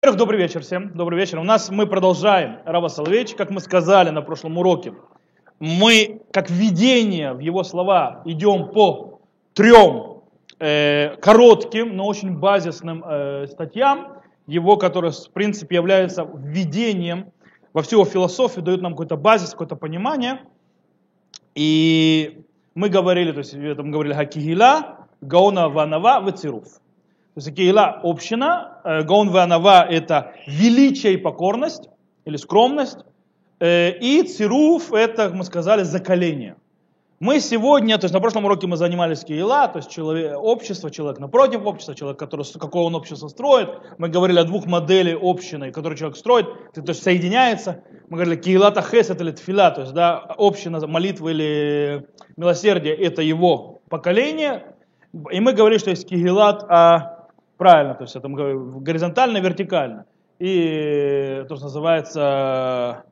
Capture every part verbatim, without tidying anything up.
Добрый вечер всем. Добрый вечер. У нас мы продолжаем Рава Соловейчика, как мы сказали на прошлом уроке. Мы, как введение в его слова, идем по трем э, коротким, но очень базисным э, статьям, его, которые, в принципе, являются введением во всю его философию, дают нам какой-то базис, какое-то понимание. И мы говорили, то есть это мы говорили Хакигила, Гаона Ванава, Вецируф. То есть Кейла – община, Гаон Ванава – это величие и покорность, или скромность, и Цируф – это, как мы сказали, закаление. Мы сегодня, то есть на прошлом уроке мы занимались Кейла, то есть человек, общество, человек напротив общества, человек, который, какое он общество строит. Мы говорили о двух моделях общины, которые человек строит, то есть соединяется. Мы говорили Кейла Тахесет или Тфила, то есть да, община, молитва или милосердие – это его поколение. И мы говорили, что есть Кейлат, а правильно, то есть это горизонтально, вертикально. И то, что называется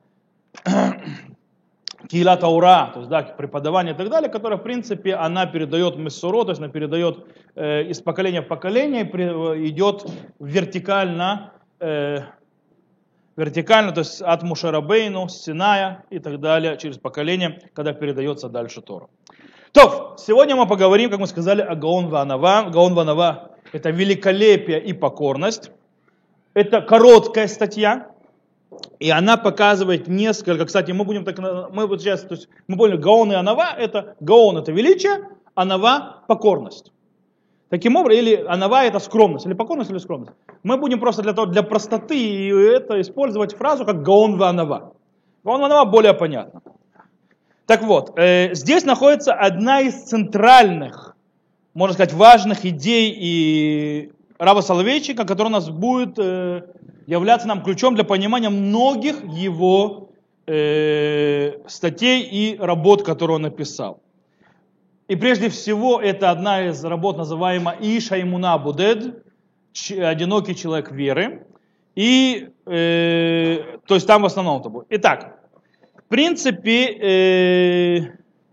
Киила Таура, то есть да, преподавание и так далее, которое, в принципе, она передает мессуро, то есть она передает э, из поколения в поколение, идет вертикально, э, вертикально, то есть от Моше Рабейну, Синая и так далее, через поколение, когда передается дальше Тора. То, сегодня мы поговорим, как мы сказали, о Гаон Ванава. Гаон Ванава – это великолепие и покорность. Это короткая статья, и она показывает несколько. Кстати, мы будем так, мы вот сейчас, то есть мы поняли, Гаон и Анава – это Гаон – это величие, Анава – покорность. Таким образом, или Анава – это скромность, или покорность, или скромность. Мы будем просто для того, для простоты это использовать фразу как Гаон Ванава. Гаон Ванава более понятно. Так вот, э, здесь находится одна из центральных, можно сказать, важных идей и Рава Соловейчика, которая у нас будет э, являться нам ключом для понимания многих его э, статей и работ, которые он написал. И прежде всего, это одна из работ, называемая Иша Имуна Будед, одинокий человек веры. И, э, то есть там в основном это будет. Итак, в принципе, э,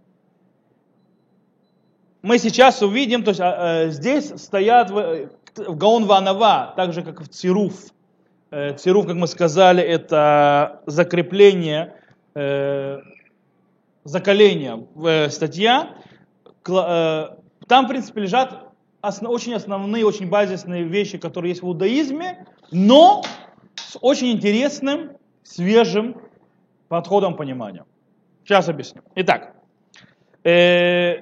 мы сейчас увидим, то есть э, здесь стоят в, в Гаон Ванава, так же как в Цируф. Э, Цируф, как мы сказали, это закрепление, э, закаление в статья. Э, там, в принципе, лежат основ, очень основные, очень базисные вещи, которые есть в иудаизме, но с очень интересным, свежим подходом понимания. Сейчас объясню. Итак, э,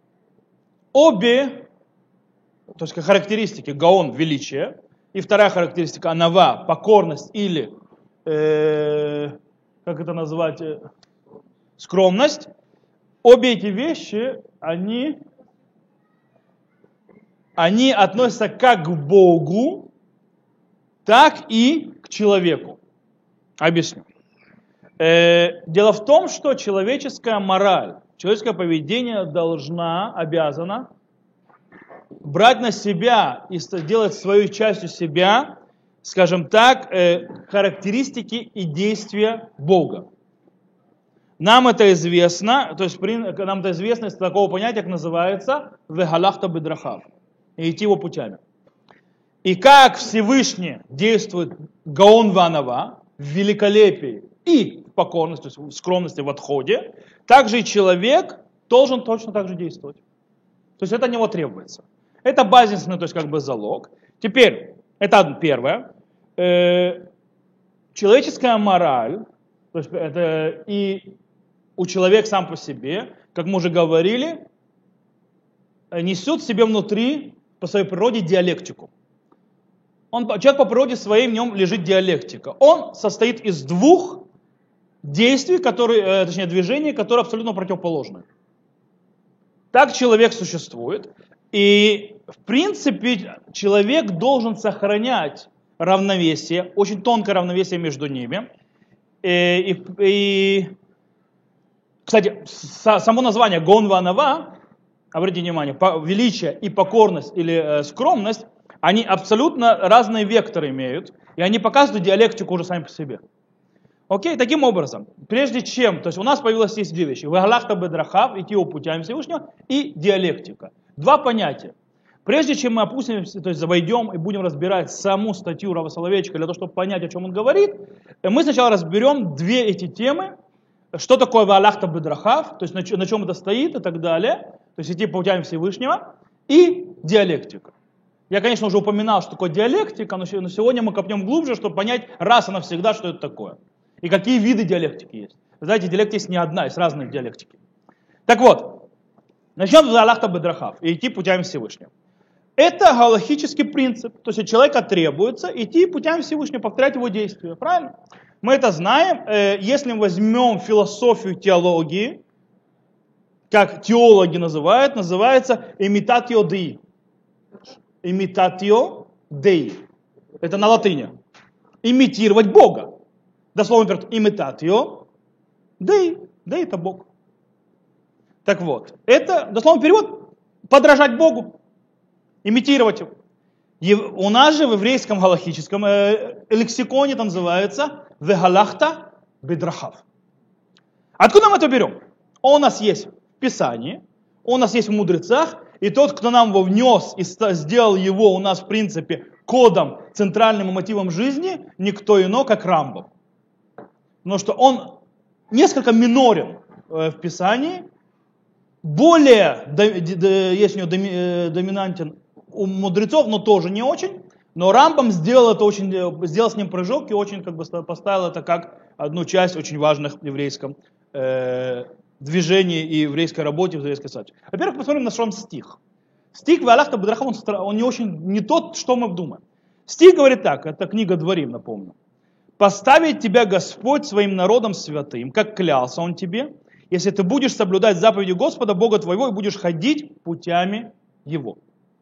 обе, то есть характеристики Гаон – величие, и вторая характеристика Анава – покорность или, э, как это назвать, э, скромность. Обе эти вещи, они, они относятся как к Богу, так и к человеку. Объясню. Дело в том, что человеческая мораль, человеческое поведение должна, обязана брать на себя и делать свою частью себя, скажем так, характеристики и действия Бога. Нам это известно, то есть нам это известно из такого понятия, как называется «вехалахта бедрахав» и идти его путями. И как Всевышний действует Гаон Ванава в великолепии и в покорности, то есть в скромности, в отходе, также и человек должен точно так же действовать. То есть это от него требуется. Это базисный, то есть как бы залог. Теперь, это первое. Э, человеческая мораль, то есть это и у человека сам по себе, как мы уже говорили, несет в себе внутри, по своей природе, диалектику. Он, человек по природе своей, в нем лежит диалектика. Он состоит из двух действий, которые, точнее движений, которые абсолютно противоположны. Так человек существует. И в принципе человек должен сохранять равновесие, очень тонкое равновесие между ними. И, и, и кстати, само название Гаон Ванава, обратите внимание, величие и покорность или э, скромность, они абсолютно разные векторы имеют, и они показывают диалектику уже сами по себе. Окей, таким образом, прежде чем, то есть у нас появилось здесь две вещи, вегалахта бедрахав, идти его путями Всевышнего, и диалектика. Два понятия. Прежде чем мы опустимся, то есть войдем и будем разбирать саму статью Рава Соловейчика для того, чтобы понять, о чем он говорит, мы сначала разберем две эти темы. Что такое ваалахта бедрахав, то есть на, на чем это стоит и так далее, то есть идти по путям Всевышнего, и диалектика. Я, конечно, уже упоминал, что такое диалектика, но сегодня мы копнем глубже, чтобы понять раз и навсегда, что это такое. И какие виды диалектики есть. Вы знаете, диалектика есть не одна, есть разные диалектики. Так вот, начнем с ваалахта бедрахав, и идти путями Всевышнего. Это галахический принцип, то есть от человека требуется идти путями Всевышнего, повторять его действия, правильно? Мы это знаем, если мы возьмем философию теологии, как теологи называют, называется imitatio Dei. Imitatio Dei. Это на латыни. Имитировать Бога. Дословно перевод imitatio Dei. Dei это Бог. Так вот, это дословно перевод подражать Богу. Имитировать его. И у нас же в еврейском галахическом э, лексиконе это называется вегалахта бедрахав. Откуда мы это берем? Он у нас есть в Писании, он у нас есть в мудрецах, и тот, кто нам его внес и сделал его у нас в принципе кодом, центральным мотивом жизни, никто иной, как Рамбам. Потому что он несколько минорен в Писании, более, есть у него доминантен у мудрецов, но тоже не очень. Но Рамбам сделал это очень, сделал с ним прыжок и очень как бы поставил это как одну часть очень важных в еврейском э, движении и еврейской работе, в еврейской сати. Во-первых, посмотрим на сам стих. Стих ваалахта бедрахав, он, он не очень, не тот, что мы думаем. Стих говорит так, это книга Дворим, напомню. «Поставит тебя Господь своим народом святым, как клялся Он тебе, если ты будешь соблюдать заповеди Господа, Бога твоего, и будешь ходить путями Его».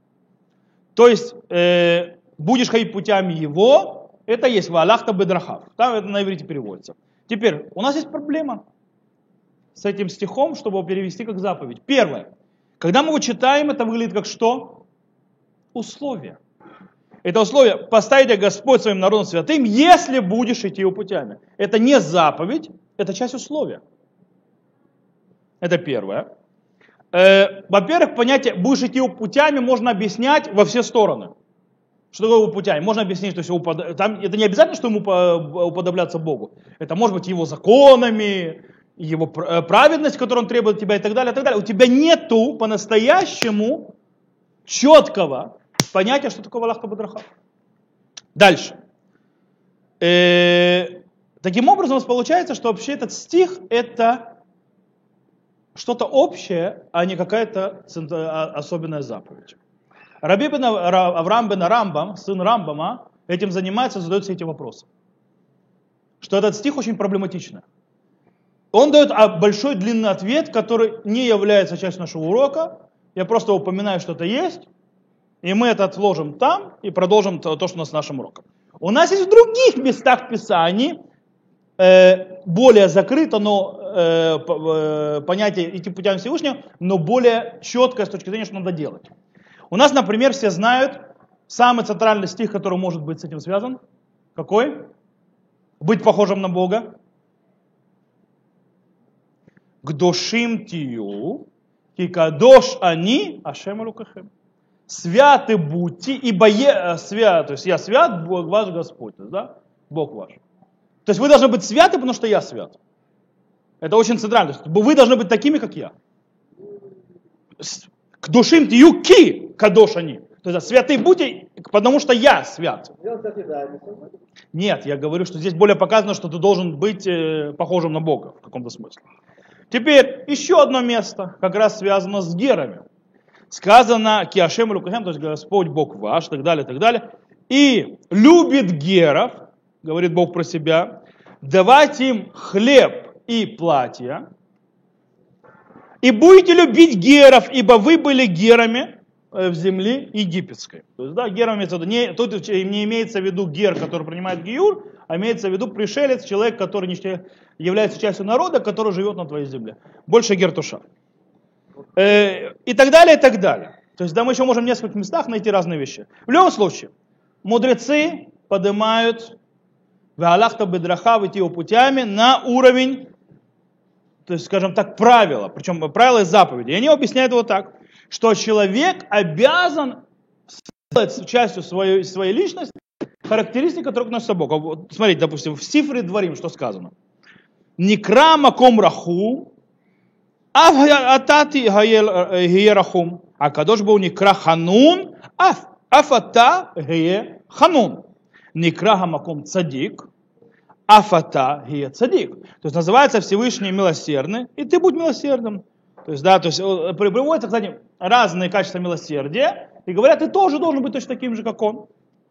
То есть, э, будешь ходить путями Его, это есть ваалахта бедрахав. Там это на иврите переводится. Теперь, у нас есть проблема с этим стихом, чтобы его перевести как заповедь. Первое. Когда мы его читаем, это выглядит как что? Условие. Это условие, поставить Господь своим народом святым, если будешь идти его путями. Это не заповедь, это часть условия. Это первое. Э, во-первых, понятие «будешь идти его путями» можно объяснять во все стороны. Что такое его путями? Можно объяснить, что его под... Там, это не обязательно, что ему уподобляться Богу. Это может быть его законами, его праведность, которую он требует от тебя и так далее, и так далее. У тебя нету по-настоящему четкого понятия, что такое ваалахта бедрахав. Дальше. Э, таким образом, у нас получается, что вообще этот стих это что-то общее, а не какая-то особенная заповедь. Раби бен Авраам бен Рамбам, сын Рамбама, этим занимается, задает все эти вопросы. Что этот стих очень проблематичный. Он дает большой длинный ответ, который не является частью нашего урока. Я просто упоминаю, что это есть. И мы это отложим там и продолжим то, что у нас с нашим уроком. У нас есть в других местах Писаний э, более закрыто, но э, э, понятие идти путями Всевышнего, но более четкое с точки зрения, что надо делать. У нас, например, все знают самый центральный стих, который может быть с этим связан. Какой? Быть похожим на Бога. Гдошим тию, кикадош ани, ашем элокехем. Святы будьте, ибо я свят, то есть я свят, Бог ваш Господь, да? Бог ваш. То есть вы должны быть святы, потому что я свят. Это очень центрально. То есть вы должны быть такими, как я. К душим тию ки кадош они. То есть святы будьте, потому что я свят. Нет, я говорю, что здесь более показано, что ты должен быть э, похожим на Бога в каком-то смысле. Теперь еще одно место, как раз связано с герами. Сказано киашем элокехем, то есть Господь Бог ваш, и так далее, и так далее. И любит геров, говорит Бог про себя, давать им хлеб и платья. И будете любить геров, ибо вы были герами в земле египетской. То есть, да, гером имеется в виду, не, тут не имеется в виду гер, который принимает гиюр, а имеется в виду пришелец, человек, который не является частью народа, который живет на твоей земле. Больше гертуша. Э, и так далее, и так далее. То есть, да, мы еще можем в нескольких местах найти разные вещи. В любом случае, мудрецы поднимают ваалахта бедрахав, идти его путями на уровень, то есть, скажем так, правила, причем правила и заповеди. И они объясняют его так, что человек обязан делает частью своей, своей личности характеристики, которые относятся к Богу. Вот, смотрите, допустим, в Сифре Дворим что сказано? Никра маком раху, атати гие рахум. А кадош был никра ханун, афата гие ханун. Никра маком цадик, афата гие цадик. То есть называется Всевышний милосердный, и ты будь милосердным. То есть, да, то есть приводятся, кстати, разные качества милосердия, и говорят, ты тоже должен быть точно таким же, как он.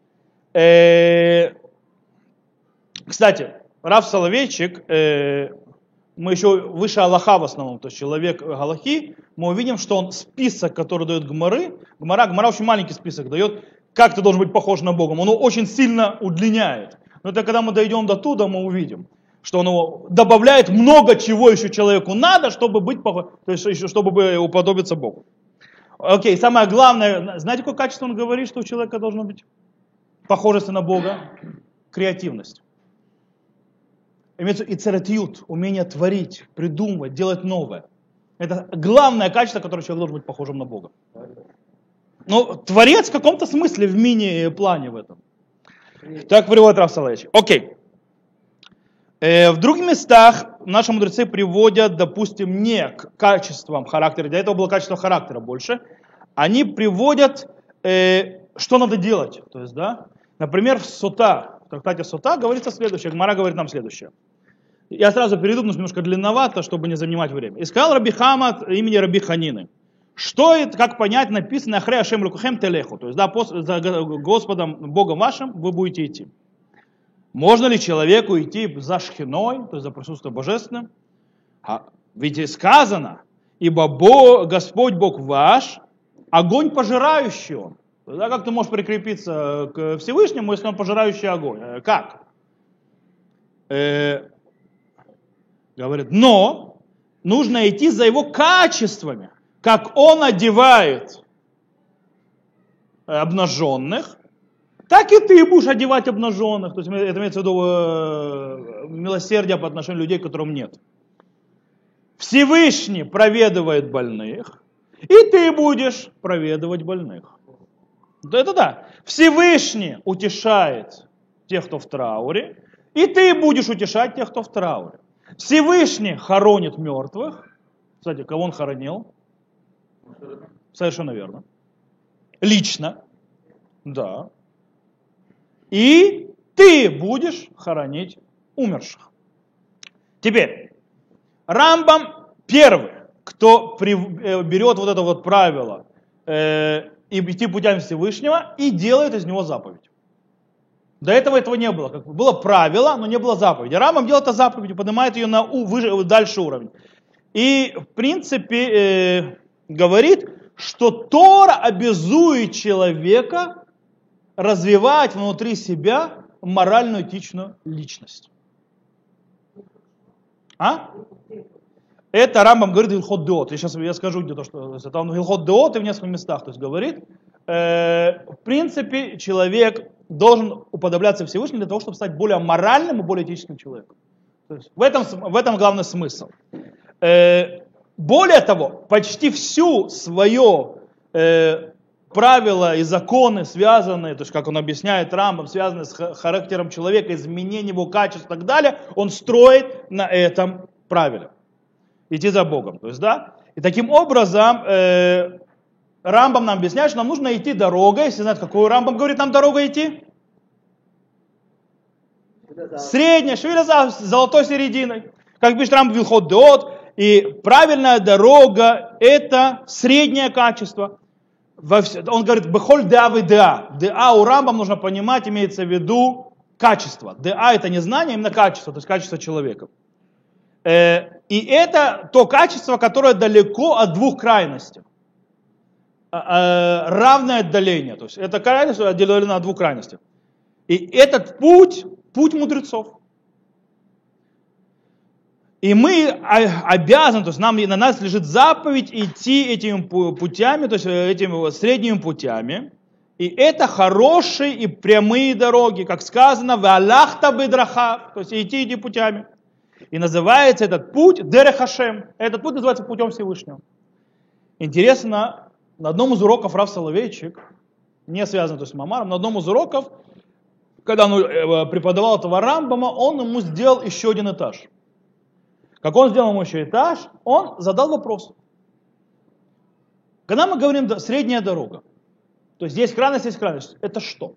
Э, кстати, Рав Соловейчик, э, мы еще выше Аллаха в основном, то есть человек Галахи, мы увидим, что он список, который дает Гмары, Гмара, Гмара очень маленький список дает, как ты должен быть похож на Бога, он очень сильно удлиняет. Но это когда мы дойдем до туда, мы увидим, что он добавляет много чего еще человеку надо, чтобы быть похож, то есть еще чтобы уподобиться Богу. Окей, самое главное, знаете, какое качество он говорит, что у человека должно быть? Похожесть на Бога, креативность. Имеется ицератиют, умение творить, придумывать, делать новое. Это главное качество, которое человек должен быть похожим на Бога. Ну, творец в каком-то смысле в мини-плане в этом. Так приводит Рав Соловейчик. Окей. Э, в других местах наши мудрецы приводят, допустим, не к качествам характера, для этого было качество характера больше. Они приводят, э, что надо делать. То есть, да, например, в Сота, в трактате Сота говорится следующее, Гмара говорит нам следующее. Я сразу перейду, потому что немножко длинновато, чтобы не занимать время. И сказал Раби Хама от имени Раби Ханины. Что это, как понять, написано «Ахре Ашем Лукухем Телеху», то есть, да, за Господом, Богом вашим вы будете идти. Можно ли человеку идти за шхиной, то есть за присутствием божественным? А, ведь сказано, ибо Бог, Господь Бог ваш, огонь пожирающий он. Да, как ты можешь прикрепиться к Всевышнему, если он пожирающий огонь? Как? Э, говорит, но нужно идти за его качествами, как он одевает обнаженных, так и ты будешь одевать обнаженных. То есть это имеется в виду э, милосердие по отношению людей, которым нет. Всевышний проведывает больных, и ты будешь проведывать больных. Это да. Всевышний утешает тех, кто в трауре, и ты будешь утешать тех, кто в трауре. Всевышний хоронит мертвых. Кстати, кого он хоронил? Совершенно верно. Лично. Да. И ты будешь хоронить умерших. Теперь, Рамбам первый, кто при, э, берет вот это вот правило э, и идти путями Всевышнего и делает из него заповедь. До этого этого не было. Как бы было правило, но не было заповеди. Рамбам делает это заповедью, поднимает ее на у, выше, дальше уровень. И в принципе э, говорит, что Тора обязует человека развивать внутри себя моральную этичную личность. А? Это Рамбам говорит Илхот Деот. Я сейчас я скажу, где то, что это он Илхот Деот и в нескольких местах то есть, говорит. Э, в принципе, человек должен уподобляться Всевышнему для того, чтобы стать более моральным и более этичным человеком. То есть, в, этом, в этом главный смысл. Э, более того, почти всю свое э, правила и законы, связанные, то есть, как он объясняет Рамбам, связанные с характером человека, изменением его качеств и так далее, он строит на этом правиле. Идти за Богом. То есть, да? И таким образом э, Рамбам нам объясняет, что нам нужно идти дорогой. Если знаете, какую Рамбам говорит нам дорогу идти? Средняя, швиля с золотой серединой. Как пишет Рамбам Вилхот Деот. И правильная дорога это среднее качество. Он говорит, бехоль деа вы деа. Деа у Рамбам нужно понимать, имеется в виду качество. Деа это не знание, именно качество, то есть качество человека. И это то качество, которое далеко от двух крайностей. Равное отдаление. То есть это крайность отделена от двух крайностей. И этот путь, путь мудрецов. И мы обязаны, то есть нам, на нас лежит заповедь идти этими путями, то есть этими средними путями. И это хорошие и прямые дороги, как сказано, «Валахта бедрахав», то есть идти этими путями. И называется этот путь Дерех Хашем. Этот путь называется путем Всевышнего. Интересно, на одном из уроков Рав Соловейчик не связано то есть, с Мамаром, на одном из уроков, когда он преподавал этого Рамбама, он ему сделал еще один этаж. Как он сделал ему еще этаж, он задал вопрос. Когда мы говорим средняя дорога, то есть есть крайность, есть крайность, это что?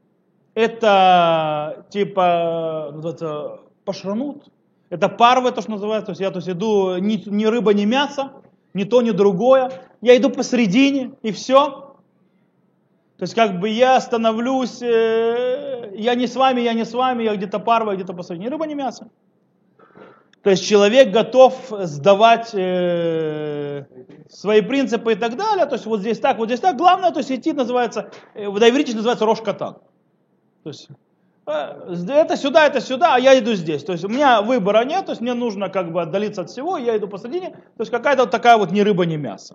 Это типа это, пашранут, это парва, то, что называется, то есть я то есть, иду ни, ни рыба, ни мясо, ни то, ни другое, я иду посередине и все. То есть как бы я становлюсь, э, я не с вами, я не с вами, я где-то парва, где-то посередине, ни рыба, ни мясо. То есть человек готов сдавать э, свои принципы и так далее, то есть вот здесь так, вот здесь так. Главное, то есть идти называется, э, в иврите называется рош катан. То есть э, это сюда, это сюда, а я иду здесь. То есть у меня выбора нет, то есть мне нужно как бы отдалиться от всего, я иду посредине. То есть какая-то вот такая вот ни рыба, ни мясо.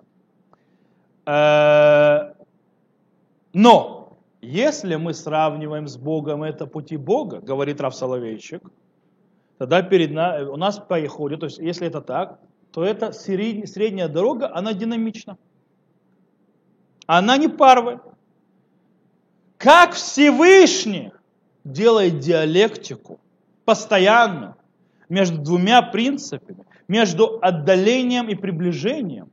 Э, но если мы сравниваем с Богом это пути Бога, говорит Рав Соловейчик, тогда перед нами, у нас походит, то есть если это так, то эта средняя, средняя дорога, она динамична. Она не парвы. Как Всевышний делает диалектику постоянно между двумя принципами, между отдалением и приближением.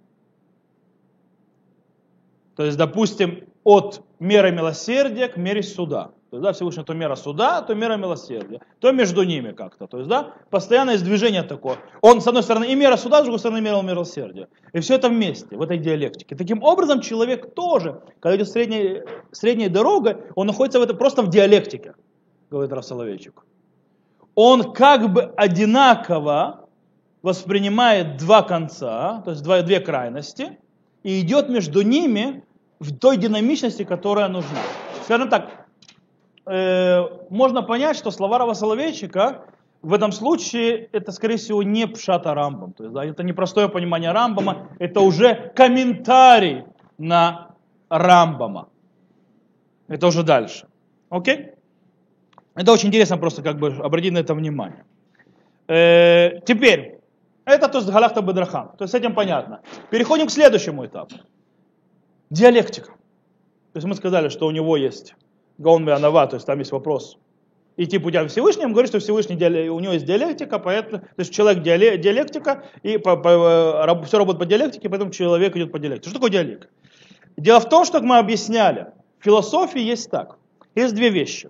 То есть, допустим, от меры милосердия к мере суда. То есть, да, Всевышний то мера суда, то мера милосердия. То между ними как-то. То есть, да, постоянное движение такое. Он, с одной стороны, и мера суда, с другой стороны, мера милосердия. И все это вместе, в этой диалектике. Таким образом, человек тоже, когда идет средней, средней дорогой, он находится в это, просто в диалектике, говорит Рав Соловейчик. Он как бы одинаково воспринимает два конца, то есть два, две крайности, и идет между ними в той динамичности, которая нужна. Скажем так, э, можно понять, что слова Рава Соловейчика в этом случае это, скорее всего, не пшата Рамбам. То есть, да, это не простое понимание Рамбама, это уже комментарий на Рамбама. Это уже дальше. Окей? Это очень интересно просто как бы обратить на это внимание. Э, теперь, это то есть Галахта Бедрахан. То есть с этим понятно. Переходим к следующему этапу. Диалектика. То есть мы сказали, что у него есть Гаон Веанава, то есть там есть вопрос. Идти путем Всевышнего, он говорит, что Всевышний, у него есть диалектика, поэтому, то есть человек диалектика, и по, по, все работает по диалектике, поэтому человек идет по диалектике. Что такое диалектика? Дело в том, что, как мы объясняли, в философии есть так. Есть две вещи.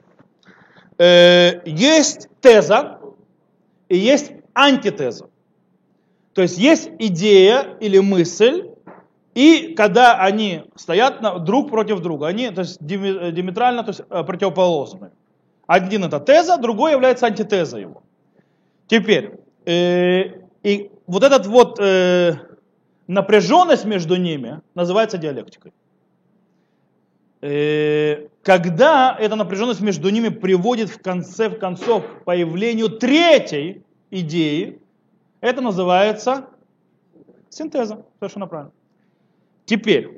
Есть теза и есть антитеза. То есть есть идея или мысль, и когда они стоят друг против друга, они то есть, диаметрально то есть, противоположны. Один это теза, другой является антитезой его. Теперь, э, и вот эта вот э, напряженность между ними называется диалектикой. Э, когда эта напряженность между ними приводит в конце в концов к появлению третьей идеи, это называется синтеза. Совершенно правильно. Теперь,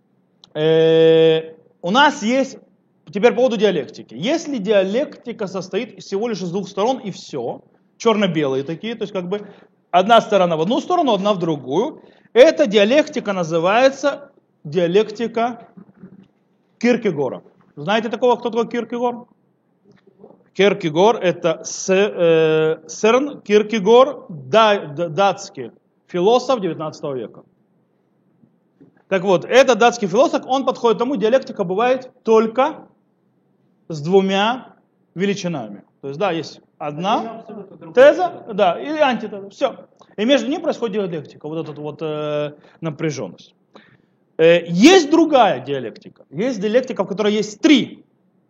э, у нас есть, теперь по поводу диалектики. Если диалектика состоит всего лишь из двух сторон и все, черно-белые такие, то есть как бы одна сторона в одну сторону, одна в другую, эта диалектика называется диалектика Киркегора. Знаете такого, кто такой Киркегор? Киркегор это Сэрн Киркегор, датский философ девятнадцатого века. Так вот, этот датский философ, он подходит к тому, диалектика бывает только с двумя величинами. То есть, да, есть одна теза, да, и антитеза, все. И между ними происходит диалектика, вот эта вот э, напряженность. Э, есть другая диалектика. Есть диалектика, в которой есть три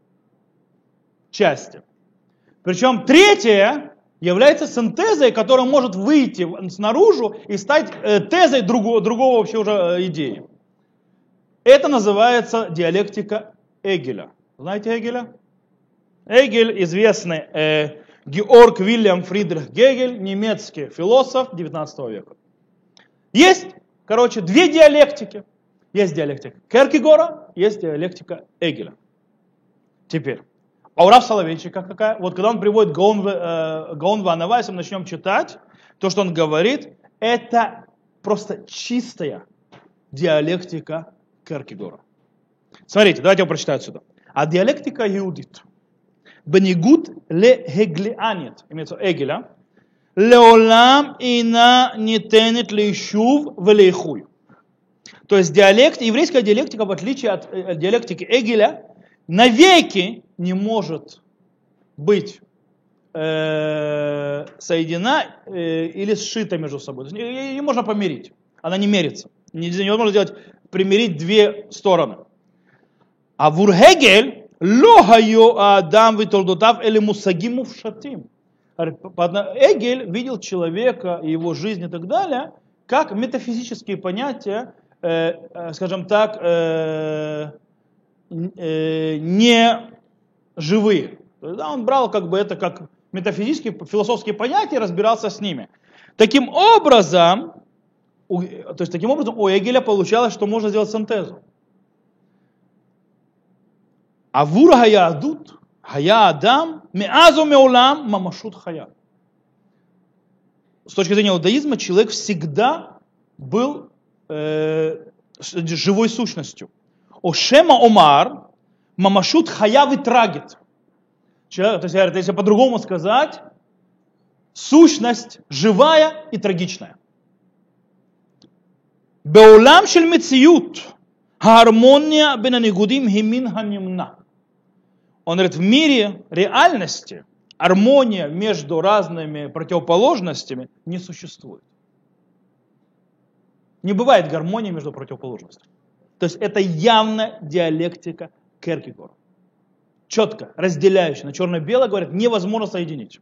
части. Причем третья является синтезой, которая может выйти снаружи и стать э, тезой другого, другого вообще уже э, идеи. Это называется диалектика Эгеля. Знаете Эгеля? Эгель, известный э, Георг Вильям Фридрих Гегель, немецкий философ девятнадцатого века. Есть, короче, две диалектики. Есть диалектика Киркегора, есть диалектика Эгеля. Теперь, а у Рав Соловейчика какая? Вот когда он приводит Гаон Веанава, если мы начнем читать, то, что он говорит, это просто чистая диалектика Киркегора. Смотрите, давайте я прочитаю отсюда. А диалектика иудит. Бенигуд ле геглианит. Имеется эгеля. Леолам ина нитенет лейшув велейхуй. То есть диалект, еврейская диалектика, в отличие от диалектики Эгеля, навеки не может быть э, соединена э, или сшита между собой. То есть ее можно помирить. Она не мерится. Невозможно сделать, примирить две стороны. А в Ургегель лохайо адам витолдотав или мусагиму в шатим. Эгель видел человека, его жизнь и так далее, как метафизические понятия, э, скажем так, э, э, не живые. Да, он брал как бы это как метафизические, философские понятия и разбирался с ними. Таким образом, у, то есть таким образом у Эгеля получалось, что можно сделать синтезу. А вур хаядут, хая адам, меазу меулам, мамашут хая. С точки зрения иудаизма, человек всегда был э, живой сущностью. Ошема омар, мамашут хая витрагит. То есть, если по-другому сказать, сущность живая и трагичная. Беулам шель мециют, гармония бен анигудим химин ханимна. Он говорит, в мире реальности гармония между разными противоположностями не существует. Не бывает гармонии между противоположностями. То есть это явно диалектика Кьеркегора. Четко, разделяющая, на черно-белое, говорят, невозможно соединить.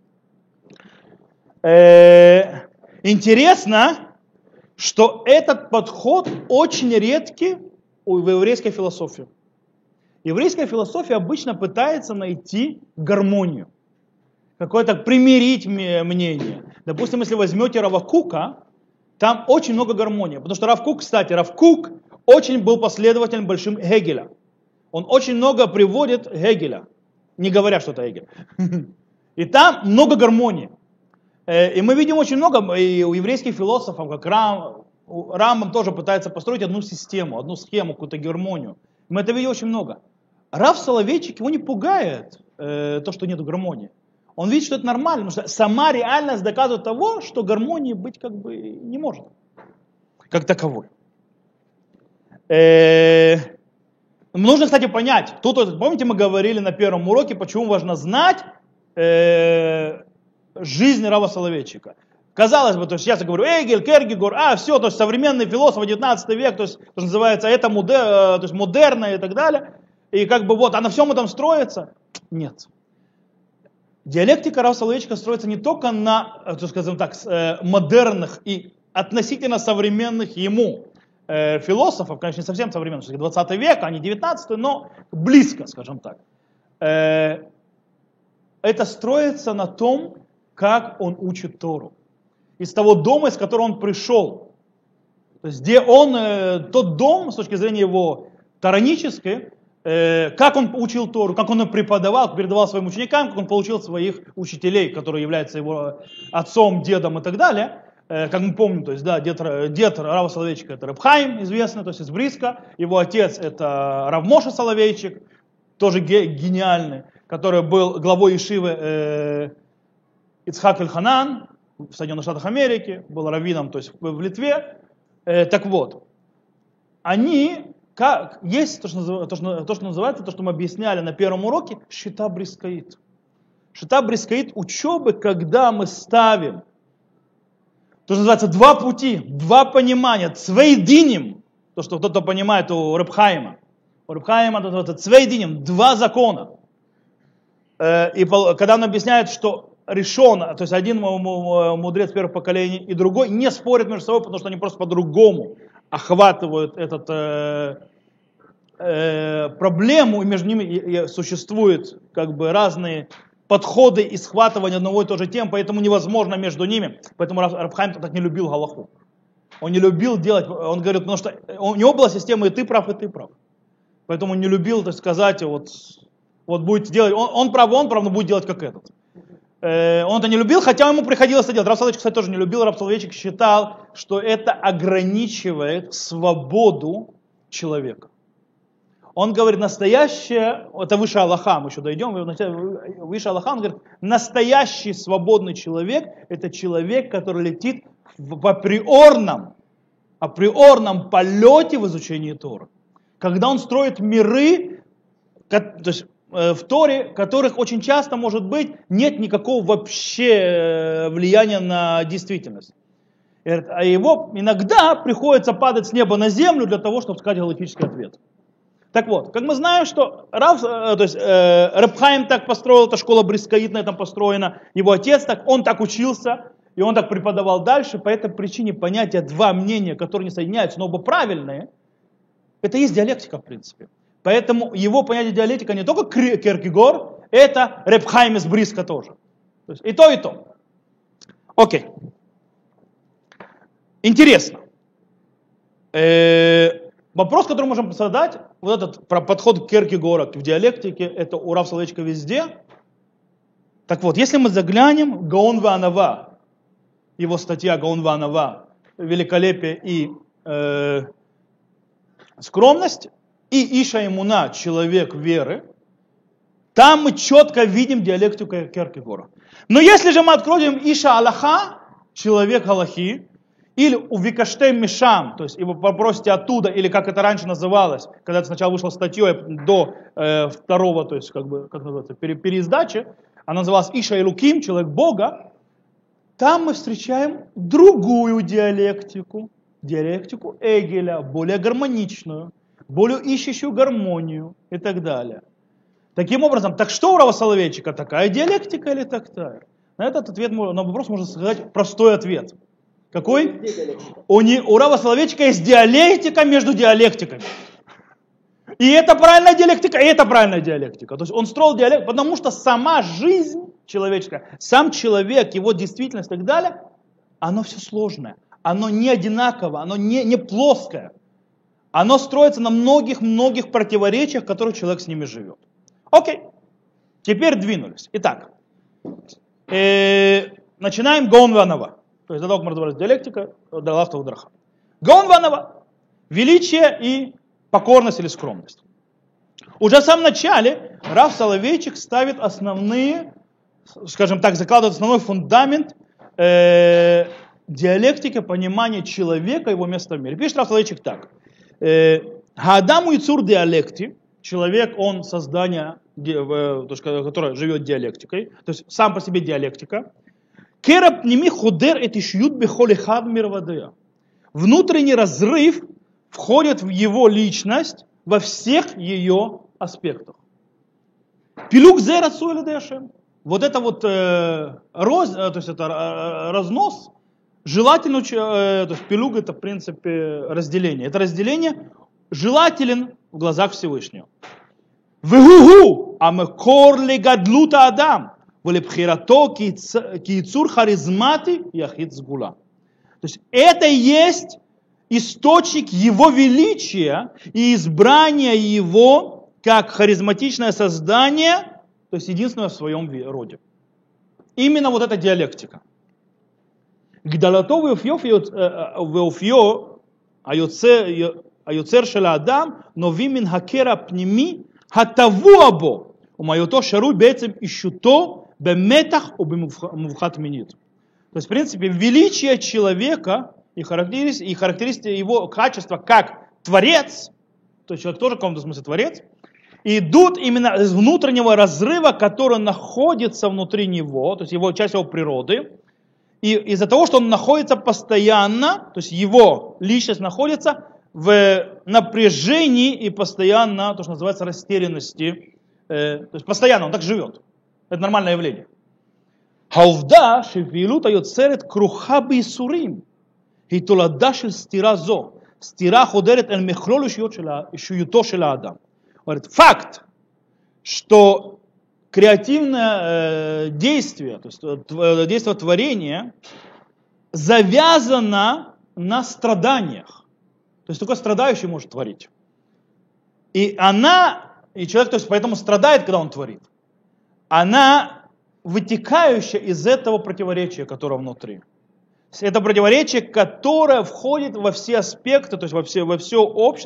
Э-э- интересно, что этот подход очень редкий в еврейской философии. Еврейская философия обычно пытается найти гармонию, какое-то примирить мнение. Допустим, если возьмете Рава Кука, там очень много гармонии. Потому что Рав Кук, кстати, Рав Кук очень был последователем большим Гегеля. Он очень много приводит Гегеля, не говоря, что это Гегель. И там много гармонии. И мы видим очень много, и у еврейских философов, как Рам, Рамбам тоже пытается построить одну систему, одну схему, какую-то гармонию. Мы это видим очень много. Рав Соловейчик, его не пугает э, то, что нет гармонии. Он видит, что это нормально, потому что сама реальность доказывает того, что гармонии быть как бы не может. Как таковой. Э, нужно, кстати, понять. Тут, помните, мы говорили на первом уроке, почему важно знать э, жизнь Рава Соловейчика. Казалось бы, то есть я говорю, Эгель, Кьеркегор, а все, то есть современный философ, девятнадцатый век, то есть, то, что называется, это модер, то есть модерное и так далее. И как бы вот, а на всем этом строится? Нет. Диалектика Рава Соловейчика строится не только на, скажем так, модерных и относительно современных ему э, философов, конечно, не совсем современных, двадцатый век, а не девятнадцатый, но близко, скажем так. Э, это строится на том, как он учит Тору. Из того дома, из которого он пришел. То есть, где он, э, тот дом, с точки зрения его таранической, э, как он учил Тору, как он ее преподавал, передавал своим ученикам, как он получил своих учителей, которые являются его отцом, дедом и так далее. Э, как мы помним, то есть, да, дед, дед Рава Соловейчика это Реб Хаим, известный, то есть из Бриска. Его отец это Рав Моше Соловейчик, тоже гениальный, который был главой ешивы э, Ицхак Эль-Ханан в Соединенных Штатах Америки, был раввином, то есть в Литве. Э, так вот, они, как, есть то что, то, что, то, что называется, то, что мы объясняли на первом уроке, шита брискаит. Шита брискаит учебы, когда мы ставим, то, что называется, два пути, два понимания, цвейдиним, то, что кто-то понимает у Реб Хаима. У Реб Хаима это называется цвейдиним, два закона. Э, и когда он объясняет, что решен, то есть один мудрец первого поколения и другой не спорят между собой, потому что они просто по-другому охватывают эту э, э, проблему, и между ними существуют как бы разные подходы и схватывания одного и той же темы, поэтому невозможно между ними. Поэтому Рав Хаим так не любил галаху. Он не любил делать, он говорит, потому что у него была система и ты прав, и ты прав. Поэтому он не любил, так сказать, вот, вот будете делать, он, он прав, он прав, но будет делать как этот. Он это не любил, хотя ему приходилось это делать. Рав Соловейчик, кстати, тоже не любил. Рав Соловейчик считал, что это ограничивает свободу человека. Он говорит, настоящее, это выше Аллаха, мы еще дойдем, выше Аллаха, он говорит, настоящий свободный человек, это человек, который летит в априорном, априорном полете в изучении Торы. Когда он строит миры, то есть в Торе, которых очень часто, может быть, нет никакого вообще влияния на действительность. А его иногда приходится падать с неба на землю для того, чтобы сказать галактический ответ. Так вот, как мы знаем, что Рав, то есть, э, Реб Хаим так построил, эта школа Брискаит на этом построена, его отец так, он так учился, и он так преподавал дальше. По этой причине понятие два мнения, которые не соединяются, но оба правильные, это есть диалектика в принципе. Поэтому его понятие диалектика не только Кierkegaard, это Реб Хаим из Бриска тоже. То есть и то, и то. Окей. Интересно. Э-э- вопрос, который можем задать, вот этот про подход Кierkegaard в диалектике, это у Рава Соловейчика везде. Так вот, если мы заглянем, Гаон Ванава, его статья Гаон Ванава, великолепие и э, скромность, и Иша Имуна, человек веры, там мы четко видим диалектику Кierkegaard. Но если же мы откроем Иша Аллаха, человек Аллахи, или у Викаштейм Мишам, то есть его попросите оттуда, или как это раньше называлось, когда это сначала вышло статьей до э, второго, то есть как бы, как называется, пере, переиздачи, она называлась Иша Элуким, человек Бога, там мы встречаем другую диалектику, диалектику Эгеля, более гармоничную, более ищущую гармонию и так далее. Таким образом, так что у Рава Соловейчика, такая диалектика или такая? На этот ответ, на вопрос можно сказать простой ответ. Какой? У, не, у Рава Соловейчика есть диалектика между диалектиками. И это правильная диалектика, и это правильная диалектика. То есть он строил диалектику, потому что сама жизнь человеческая, сам человек, его действительность и так далее, оно все сложное. Оно не одинаково, оно не, не плоское. Оно строится на многих-многих противоречиях, в которых человек с ними живет. Окей. Теперь двинулись. Итак. Э, начинаем Гаон Ванава. То есть, до того, как мы разобрались диалектика, Далахта Удраха. Гаон Ванава. Величие и покорность или скромность. Уже в самом начале Рав Соловейчик ставит основные, скажем так, закладывает основной фундамент э, диалектики, понимания человека, его места в мире. Пишет Рав Соловейчик так. Хаадаму ицур диалекти, человек, он создание, которое живет диалектикой, то есть сам по себе диалектика. Кераб ними худер эти шьют бехолихад мирвадея. Внутренний разрыв входит в его личность во всех ее аспектах. Пилук зе рацу эле дэшем. Вот это вот э, роз, э, то есть это э, разнос, желательно, э, то есть пилук это в принципе разделение. Это разделение желателен в глазах Всевышнего. Вегугу амекор легадлута адам. То есть это и есть источник его величия и избрания его как харизматичное создание, то есть единственное в своем роде. Именно вот эта диалектика. Гдалато веофьо היוצר של האדם נובעים מן הקרע הפנימי הטבוע בו ומהיותו שרוי בעצם אישותו במתח ובמובחת מינית. То есть, в принципе, величие человека и характеристика, и характеристика его качества как творец, то есть человек тоже в каком-то смысле творец, идут именно из внутреннего разрыва, который находится внутри него, то есть его часть его природы, и из-за того, что он находится постоянно, то есть его личность находится в напряжении и постоянно, то, что называется, растерянности, э, то есть постоянно он так живет. Это нормальное явление. העובדה שפעילות היוצרת כרוכה בייסורים היא תולדה של סתירה זו, סתירה חודרת אל מכלול אישיותו של האדם. Говорит, факт, что креативное действие, то есть действие творения, завязано на страданиях. То есть только страдающий может творить. И она, и человек, то есть поэтому страдает, когда он творит. Она вытекающая из этого противоречия, которое внутри. Это противоречие, которое входит во все аспекты, то есть во, все, во всю общность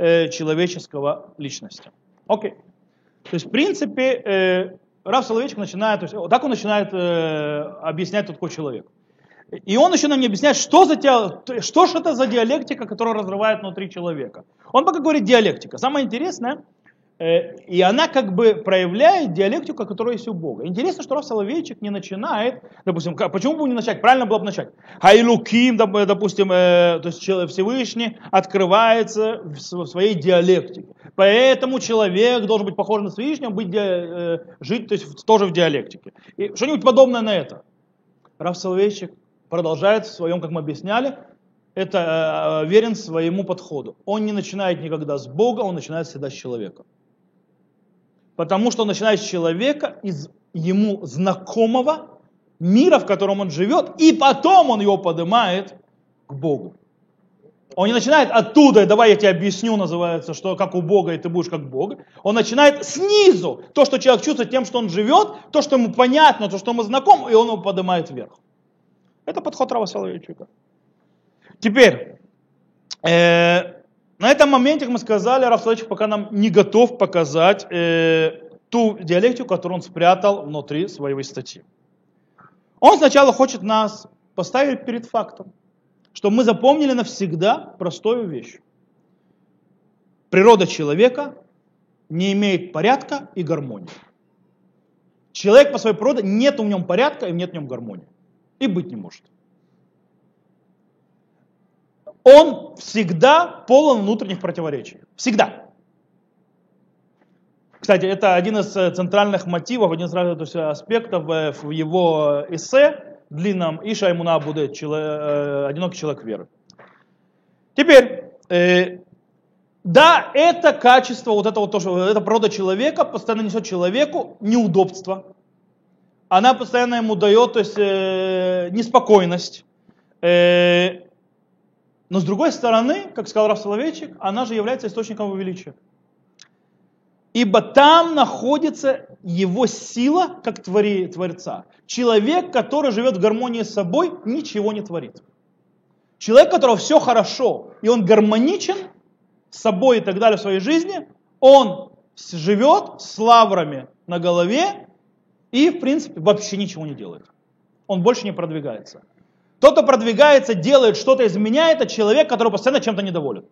э, человеческого личности. Окей. То есть, в принципе, э, Рав Соловейчик начинает, то есть, так он начинает э, объяснять, кто такой человек. И он еще нам не объясняет, что, за те, что же это за диалектика, которая разрывает внутри человека. Он пока говорит диалектика. Самое интересное, э, и она как бы проявляет диалектику, которая есть у Бога. Интересно, что Рав Соловейчик не начинает, допустим, как, почему бы не начать? Правильно было бы начать. Хайлуким, допустим, э, то есть Всевышний открывается в своей диалектике. Поэтому человек должен быть похож на Всевышнего, быть, э, жить то есть, тоже в диалектике. И что-нибудь подобное на это. Рав Соловейчик продолжает в своем, как мы объясняли, это э, верен своему подходу. Он не начинает никогда с Бога, он начинает всегда с человека. Потому что он начинает с человека, из ему знакомого мира, в котором он живет, и потом он его поднимает к Богу. Он не начинает оттуда, давай я тебе объясню, называется, что как у Бога, и ты будешь как Бог. Он начинает снизу, то, что человек чувствует тем, что он живет, то, что ему понятно, то, что ему знаком, и он его поднимает вверх. Это подход Рава Соловейчика. Теперь, э, на этом моменте, как мы сказали, Рав Соловейчик пока нам не готов показать э, ту диалектику, которую он спрятал внутри своей статьи. Он сначала хочет нас поставить перед фактом, что мы запомнили навсегда простую вещь. Природа человека не имеет порядка и гармонии. Человек по своей природе, нет в нем порядка и нет в нем гармонии. И быть не может. Он всегда полон внутренних противоречий. Всегда. Кстати, это один из центральных мотивов, один из то есть, аспектов в его эссе длинном «Иша Эмуна Абудет», «Одинокий человек веры». Теперь, э, да, это качество, вот это вот то, что эта природа человека постоянно несет человеку неудобства. Она постоянно ему дает, то есть, э, неспокойность. Э, но с другой стороны, как сказал Рав Соловейчик, она же является источником его величия. Ибо там находится его сила, как твори, Творца. Человек, который живет в гармонии с собой, ничего не творит. Человек, у которого все хорошо, и он гармоничен с собой и так далее в своей жизни, он живет с лаврами на голове и, в принципе, вообще ничего не делает. Он больше не продвигается. Тот, кто продвигается, делает что-то, изменяет, это человек, который постоянно чем-то недоволен.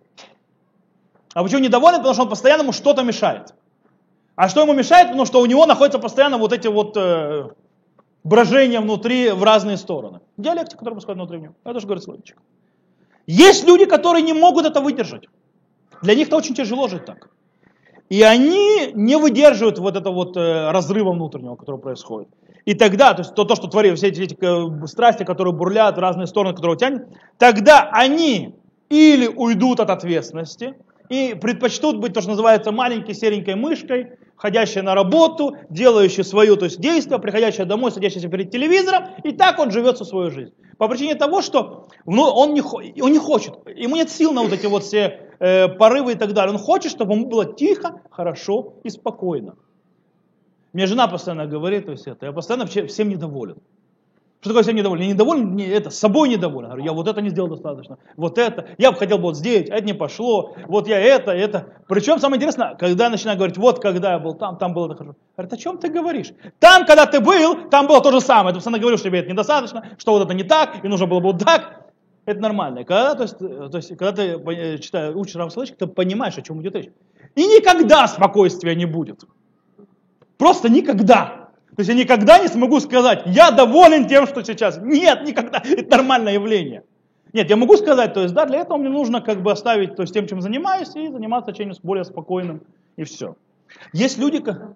А почему недоволен? Потому что он постоянно ему что-то мешает. А что ему мешает? Потому что у него находятся постоянно вот эти вот э, брожения внутри в разные стороны. Диалектика, которая происходит внутри него. Это же говорит Соловейчик. Есть люди, которые не могут это выдержать. Для них это очень тяжело жить так. И они не выдерживают вот этого вот э, разрыва внутреннего, который происходит. И тогда, то есть то, то что творит, все эти, эти э, страсти, которые бурлят в разные стороны, которые тянут, тогда они или уйдут от ответственности, и предпочтут быть, то, что называется, маленькой серенькой мышкой, ходящей на работу, делающей свое, то есть действие, приходящая домой, садящаяся перед телевизором, и так он живет всю свою жизнь. По причине того, что ну, он, не, он не хочет, ему нет сил на вот эти вот все э, порывы и так далее. Он хочет, чтобы ему было тихо, хорошо и спокойно. Мне жена постоянно говорит, то есть это, я постоянно всем недоволен. Что такое всем недоволен? Я недоволен, не, это, собой недоволен. Говорю, я вот это не сделал достаточно, вот это, я бы хотел бы вот сделать, а это не пошло, вот я это, это. Причем самое интересное, когда я начинаю говорить, вот когда я был там, там было это хорошо. Говорит, о чем ты говоришь? Там, когда ты был, там было то же самое. Ты постоянно говорил, что тебе это недостаточно, что вот это не так, и нужно было бы вот так. Это нормально. Когда, то есть, то есть, когда ты читаешь, учишь Рава Соловейчика, ты понимаешь, о чем идет речь. И никогда спокойствия не будет. Просто никогда. То есть я никогда не смогу сказать, я доволен тем, что сейчас. Нет, никогда. Это нормальное явление. Нет, я могу сказать, то есть, да, для этого мне нужно как бы оставить то есть, тем, чем занимаюсь, и заниматься чем-нибудь более спокойным, и все. Есть люди, как...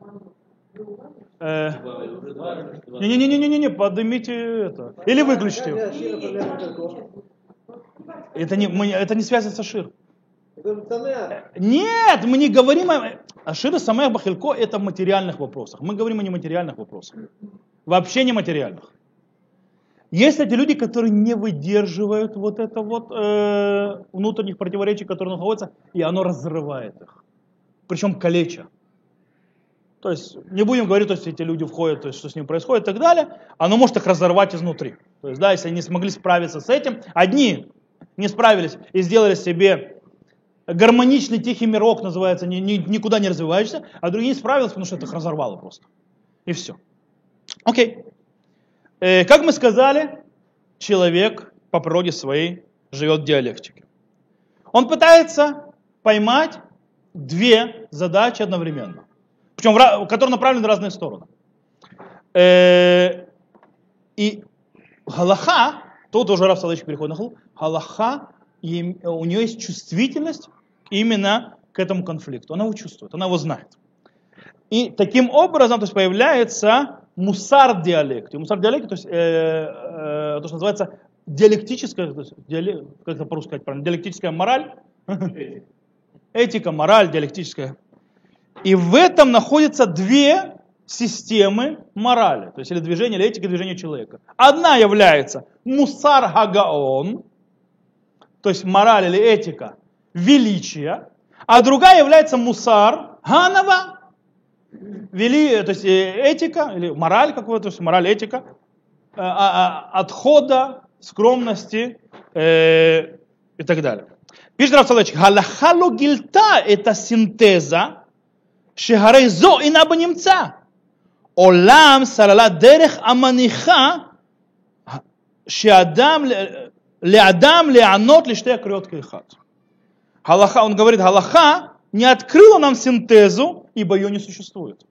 Не-не-не-не-не, поднимите это. Или выключите его. Это не, мы, это не связано с Ашир. Нет, мы не говорим о... Ашир и Самех Бахилько это в материальных вопросах. Мы говорим о нематериальных вопросах. Вообще нематериальных. Есть эти люди, которые не выдерживают вот это вот э, внутренних противоречий, которые находятся, и оно разрывает их. Причем калеча. То есть не будем говорить, то есть эти люди входят, то есть что с ним происходит и так далее. Оно может их разорвать изнутри. То есть да, если они не смогли справиться с этим, одни не справились и сделали себе гармоничный тихий мирок называется, ни, ни, никуда не развиваешься, а другие не справились, потому что это их разорвало просто. И все. Окей. Э, как мы сказали, человек по природе своей живет в диалектике. Он пытается поймать две задачи одновременно, причем которые направлены в разные стороны. Э, и галаха, тут уже Рав Соловейчик переходит на халу, галаха, у нее есть чувствительность именно к этому конфликту. Она его чувствует, она его знает. И таким образом то есть, появляется мусар диалекты. Мусар диалекты, то есть э, э, то, что называется диалектическая, то есть, диалек, как это по-русски сказать правильно, диалектическая мораль, этика, мораль, диалектическая. И в этом находятся две системы морали, то есть или движение, или этика, движение человека. Одна является мусар хагаон, то есть мораль или этика величия, а другая является мусар ганава, вели, то есть этика или мораль какой-то, то есть мораль, этика, э, отхода, скромности э, и так далее. Пишет Рав Соловейчик, галаха ло гильта это синтеза, шегарей зо и наба немца. Олам салала дерех аманиха, шеадам леадам леанот лиштея крётка ихат. Галаха, он говорит, галаха не открыла нам синтезу, ибо ее не существует.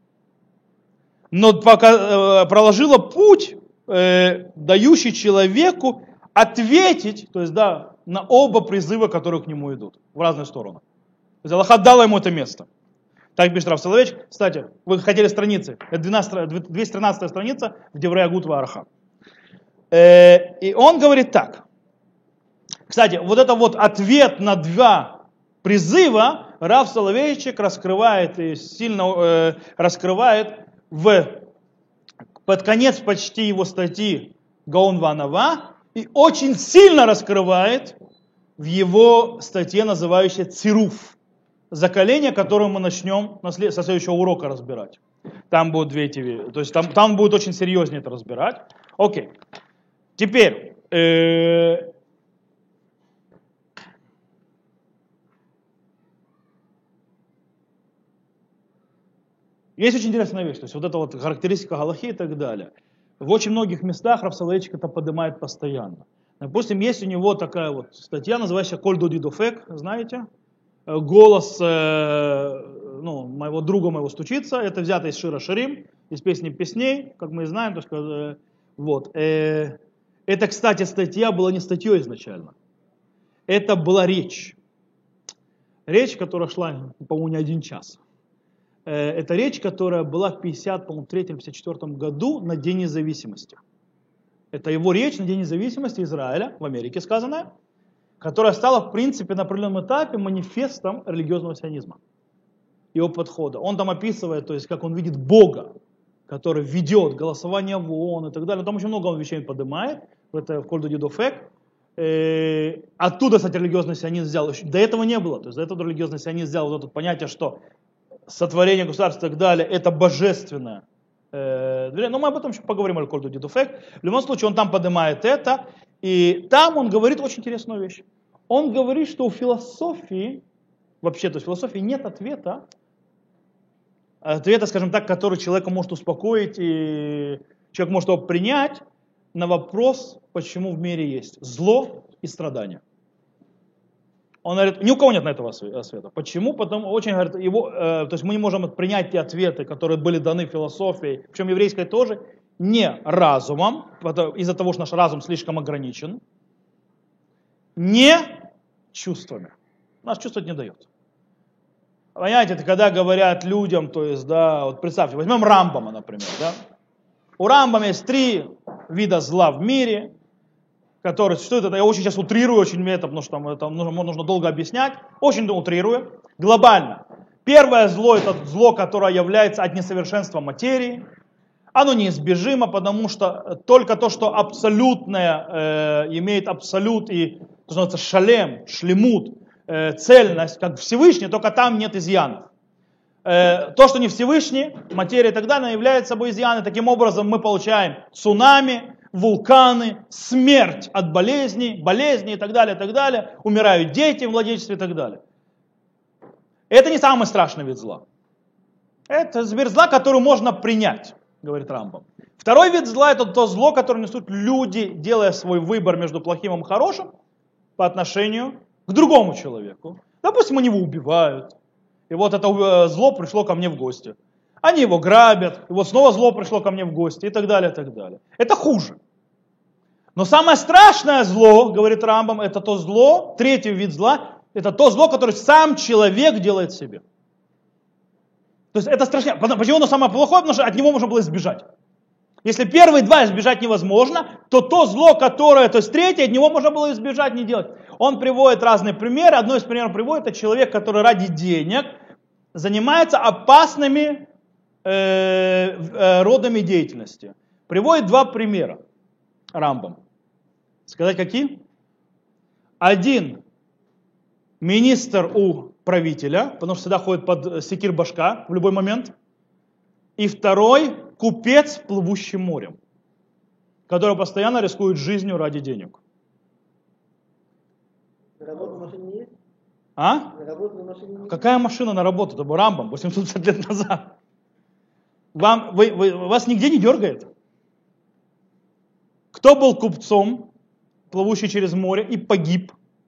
Но пока, э, проложила путь, э, дающий человеку ответить, то есть да, на оба призыва, которые к нему идут, в разные стороны. То есть Аллах дала ему это место. Так пишет Рав Соловейчик. Кстати, вы хотели страницы. Это двести тринадцатая страница в Деврей Агут Ваараха. Э, и он говорит так. Кстати, вот это вот ответ на два призыва Рав Соловейчик раскрывает и сильно э, раскрывает в, под конец почти его статьи Гаон Ванава и очень сильно раскрывает в его статье, называющейся Цируф. Закаление, которое мы начнем со следующего урока разбирать. Там будут две эти, то есть там, там будет очень серьезнее это разбирать. Окей. Теперь, э, есть очень интересная вещь, то есть вот эта вот характеристика галахи и так далее. В очень многих местах Рав Соловейчик это поднимает постоянно. Допустим, есть у него такая вот статья, называющаяся «Коль доди дофек», знаете? Голос э, ну, моего друга моего стучится, это взято из Шира Ширим, из песни песней, как мы знаем. То есть, э, вот. э, это, кстати, статья была не статьей изначально, это была речь. Речь, которая шла, по-моему, не один час. Э, это речь, которая была в пятьдесят третьем — пятьдесят четвёртом году на День независимости. Это его речь на День независимости Израиля, в Америке сказанная, которая стала, в принципе, на определенном этапе манифестом религиозного сионизма, его подхода. Он там описывает, то есть, как он видит Бога, который ведет голосование в ООН и так далее. Там очень много он вещей поднимает, это в Кольду Дидофек. Оттуда, кстати, религиозный сионизм взял. До этого не было. То есть, до этого религиозный сионизм взял вот это понятие, что сотворение государства и так далее, это божественное. Но мы об этом еще поговорим, о Кольду Дидофек. В любом случае, он там поднимает это. И там он говорит очень интересную вещь. Он говорит, что у философии, вообще, то есть в философии нет ответа, ответа, скажем так, который человека может успокоить, и человек может его принять на вопрос, почему в мире есть зло и страдания. Он говорит, ни у кого нет на этого ответа. Почему? Потому очень говорит, его, э, то есть мы не можем принять те ответы, которые были даны философией, причем еврейской тоже, не разумом, из-за того, что наш разум слишком ограничен, не чувствами. Нас чувствовать не дает. Понимаете, это когда говорят людям, то есть, да, вот представьте, возьмем Рамбама, например, да. У Рамбама есть три вида зла в мире, которые существуют. Я очень сейчас утрирую, очень это, потому что там это нужно, нужно долго объяснять. Очень утрирую. Глобально. Первое зло, это зло, которое является от несовершенства материи. Оно неизбежимо, потому что только то, что абсолютное э, имеет абсолют и, что называется, шалем, шлемут, э, цельность, как Всевышний, только там нет изъянов. Э, то, что не Всевышний, материя и так далее, является собой изъяны. Таким образом мы получаем цунами, вулканы, смерть от болезней, болезни и так далее, и так далее, умирают дети в младенчестве и так далее. Это не самый страшный вид зла. Это вид зла, который можно принять, говорит Рамбам. Второй вид зла — это то зло, которое несут люди, делая свой выбор между плохим и хорошим по отношению к другому человеку. Допустим, они его убивают, и вот это зло пришло ко мне в гости. Они его грабят, и вот снова зло пришло ко мне в гости, и так далее, и так далее. Это хуже. Но самое страшное зло, говорит Рамбам, это то зло, третий вид зла, это то зло, которое сам человек делает себе. То есть это страшнее. Почему оно самое плохое? Потому что от него можно было избежать. Если первые два избежать невозможно, то то зло, которое, то есть третье, от него можно было избежать, не делать. Он приводит разные примеры. Одно из примеров приводит, это человек, который ради денег занимается опасными э, э, родами деятельности. Приводит два примера Рамбам. Сказать какие? Один министр у правителя, потому что всегда ходит под секир башка в любой момент. И второй купец, плывущий морем, который постоянно рискует жизнью ради денег. На работу машины не есть? А? На работу на машине не есть? Какая машина на работу? Это был Рамбам восемьсот лет назад. Вам, вы, вы, вас нигде не дергает? Кто был купцом, плывущий через море и погиб?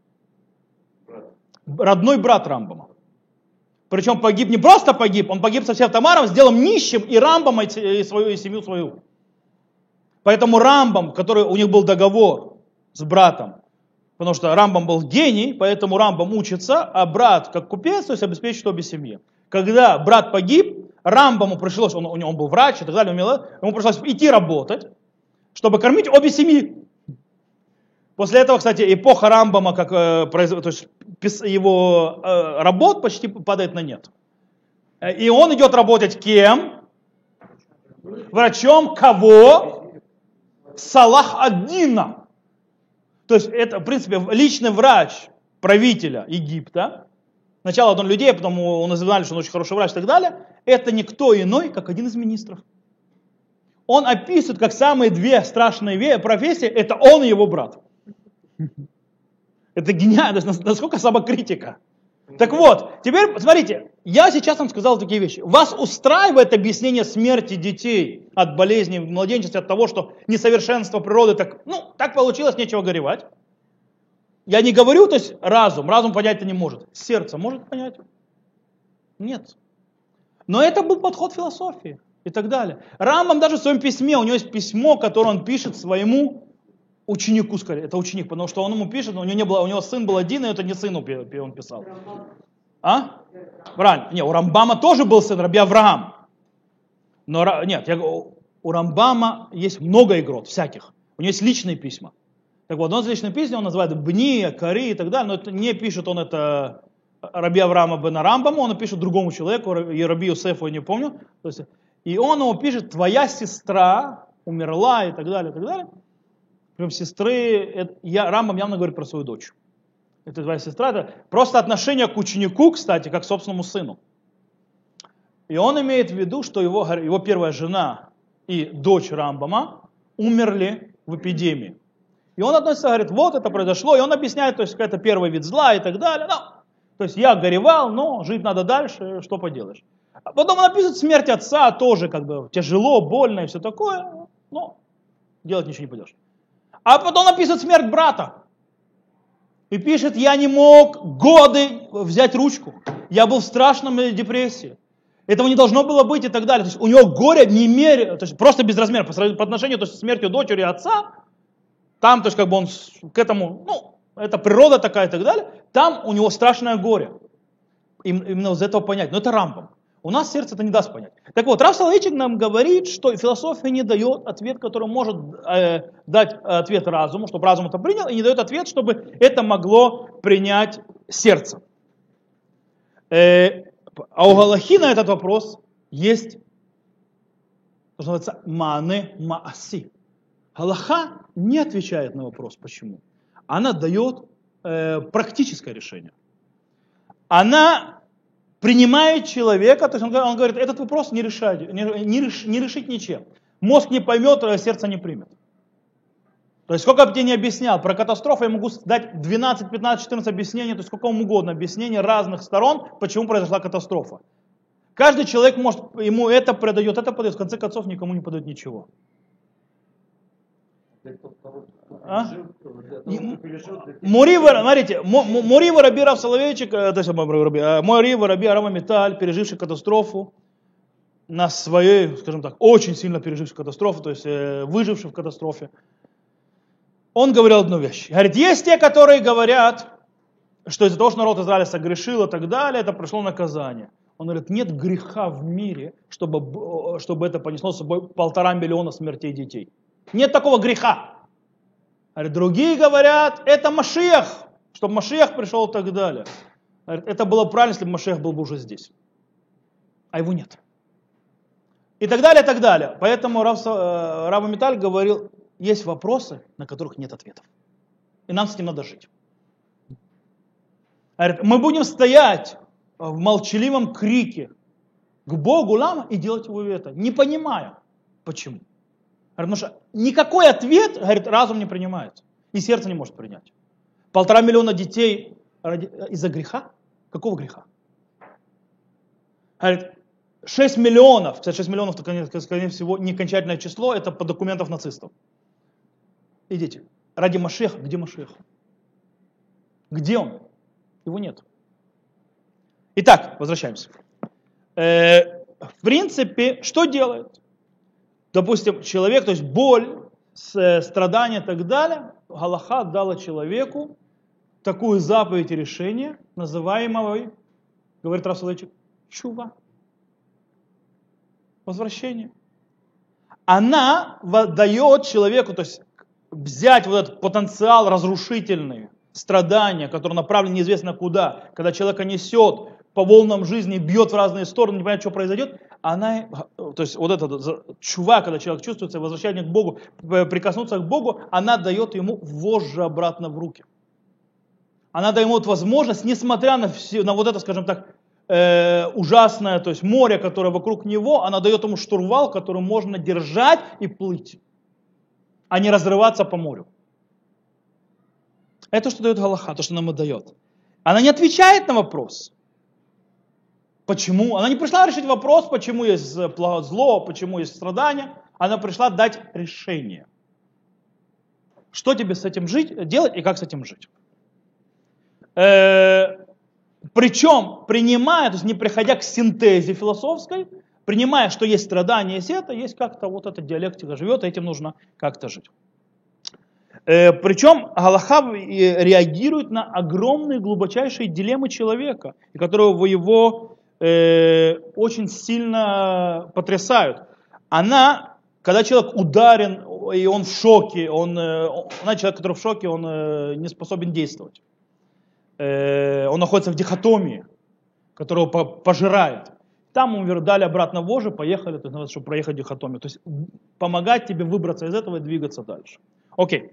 Родной брат Рамбама. Причем погиб не просто погиб, он погиб со всем Тамаром, сделал нищим и Рамбама, и свою, и семью свою. Поэтому Рамбам, который у них был договор с братом, потому что Рамбам был гений, поэтому Рамбам учится, а брат, как купец, то есть обеспечит обе семьи. Когда брат погиб, Рамбаму пришлось, он, он был врач и так далее, ему пришлось идти работать, чтобы кормить обе семьи. После этого, кстати, эпоха Рамбама, как, э, то есть его э, работ почти падает на нет. И он идет работать кем? Врачом кого? Салах ад-Дина. То есть это, в принципе, личный врач правителя Египта. Сначала он людей, потом он называли, что он очень хороший врач и так далее. Это никто иной, как один из министров. Он описывает, как самые две страшные профессии, это он и его брат. Это гениально, насколько самокритика. Так вот, теперь, смотрите, я сейчас вам сказал такие вещи. Вас устраивает объяснение смерти детей от болезней в младенчестве, от того, что несовершенство природы, так, ну, так получилось, нечего горевать. Я не говорю, то есть разум, разум понять это не может. Сердце может понять? Нет. Но это был подход философии и так далее. Рамбам даже в своем письме, у него есть письмо, которое он пишет своему ученику, скорее, это ученик, потому что он ему пишет, но у него, не было, у него сын был один, и это не сыну он писал. А? Правильно. Не, у Рамбама тоже был сын, Раби Авраам. Но нет, я, у Рамбама есть много игрот, всяких. У него есть личные письма. Так вот, он из личных писем, он называет Бни, Кари и так далее, но это не пишет он это Раби Авраама бен Рамбаму, он пишет другому человеку, Раби Йосефу, я не помню. То есть, и он ему пишет, твоя сестра умерла и так далее, и так далее. Прям сестры, это, я, Рамбам явно говорит про свою дочь. Это твоя сестра, это просто отношение к ученику, кстати, как к собственному сыну. И он имеет в виду, что его, его первая жена и дочь Рамбама умерли в эпидемии. И он относится, говорит, вот это произошло, и он объясняет, то есть это первый вид зла и так далее. Ну, то есть я горевал, но жить надо дальше, что поделаешь. А потом он описывает смерть отца, тоже как бы тяжело, больно и все такое, но делать ничего не пойдешь. А потом описывает смерть брата. И пишет, я не мог годы взять ручку. Я был в страшном депрессии. Этого не должно было быть и так далее. То есть у него горе не мере, то есть просто без размера по отношению, то есть, с смертью дочери и отца. Там, то есть как бы он к этому, ну, это природа такая и так далее. Там у него страшное горе. Именно из этого понять. Но это Рамбам. У нас сердце это не даст понять. Так вот, Рав Соловейчик нам говорит, что философия не дает ответ, который может э, дать ответ разуму, чтобы разум это принял, и не дает ответ, чтобы это могло принять сердце. Э, а у Галахи на этот вопрос есть, что называется, мане мааси. Галаха не отвечает на вопрос, почему. Она дает э, практическое решение. Она принимает человека, то есть он, он говорит, этот вопрос не решать, не, не, реш, не решить ничем. Мозг не поймет, сердце не примет. То есть сколько бы тебе не объяснял про катастрофу, я могу дать двенадцать, пятнадцать, четырнадцать объяснений, то есть сколько угодно объяснений разных сторон, почему произошла катастрофа. Каждый человек может, ему это продает, это продает, в конце концов никому не подает ничего. А? Мурива, смотрите, Мурива Раби Рав Соловейчик, то есть Мурива Раби Арава Миталь, переживший катастрофу, на своей, скажем так, очень сильно переживший катастрофу, то есть выживший в катастрофе, он говорил одну вещь. Говорит, есть те, которые говорят, что из-за того, что народ Израиля согрешил и так далее, это пришло наказание. Он говорит, нет греха в мире, чтобы, чтобы это понесло с собой полтора миллиона смертей детей. Нет такого греха. Говорит, другие говорят, это Машиах, чтобы Машиах пришел и так далее. Говорит, это было правильно, если бы Машиах был бы уже здесь. А его нет. И так далее, и так далее. Поэтому Рав, Рав Миталь говорил, есть вопросы, на которых нет ответов. И нам с этим надо жить. Говорит, мы будем стоять в молчаливом крике к Богу лама и делать его это, не понимая, почему. Говорит, потому что никакой ответ, говорит, разум не принимает. И сердце не может принять. Полтора миллиона детей ради, из-за греха? Какого греха? Говорит, шесть миллионов, кстати, шесть миллионов, это, скорее всего, не окончательное число, это по документам нацистов. Идите, ради Машеха, где Машех? Где он? Его нет. Итак, возвращаемся. Э, в принципе, что делает? Допустим, человек, то есть боль, страдания и так далее, Галаха дала человеку такую заповедь и решение, называемого, говорит Рав Соловейчик, чува. Возвращение. Она дает человеку, то есть взять вот этот потенциал разрушительный, страдания, который направлен неизвестно куда, когда человека несет по волнам жизни, бьет в разные стороны, не понятно, что произойдет, она, то есть вот эта чува, когда человек чувствует себя, возвращение к Богу, прикоснуться к Богу, она дает ему вожжи обратно в руки. Она дает ему возможность, несмотря на, все, на вот это, скажем так, э, ужасное, то есть море, которое вокруг него, она дает ему штурвал, который можно держать и плыть, а не разрываться по морю. Это что дает Галаха, то, что нам и дает. Она не отвечает на вопрос. Почему? Она не пришла решить вопрос, почему есть зло, почему есть страдания. Она пришла дать решение. Что тебе с этим жить, делать и как с этим жить. Э, причем, принимая, то есть не приходя к синтезе философской, принимая, что есть страдания, есть это, есть как-то вот эта диалектика живет, и этим нужно как-то жить. Э, причем Галаха реагирует на огромные глубочайшие дилеммы человека, которые его э, очень сильно потрясают. Она, когда человек ударен, и он в шоке, он, она человек, который в шоке, он не способен действовать. Э, он находится в дихотомии, которого пожирает. Там ему дали обратно вожжи, поехали, то есть, чтобы проехать дихотомию. То есть помогать тебе выбраться из этого и двигаться дальше. Окей.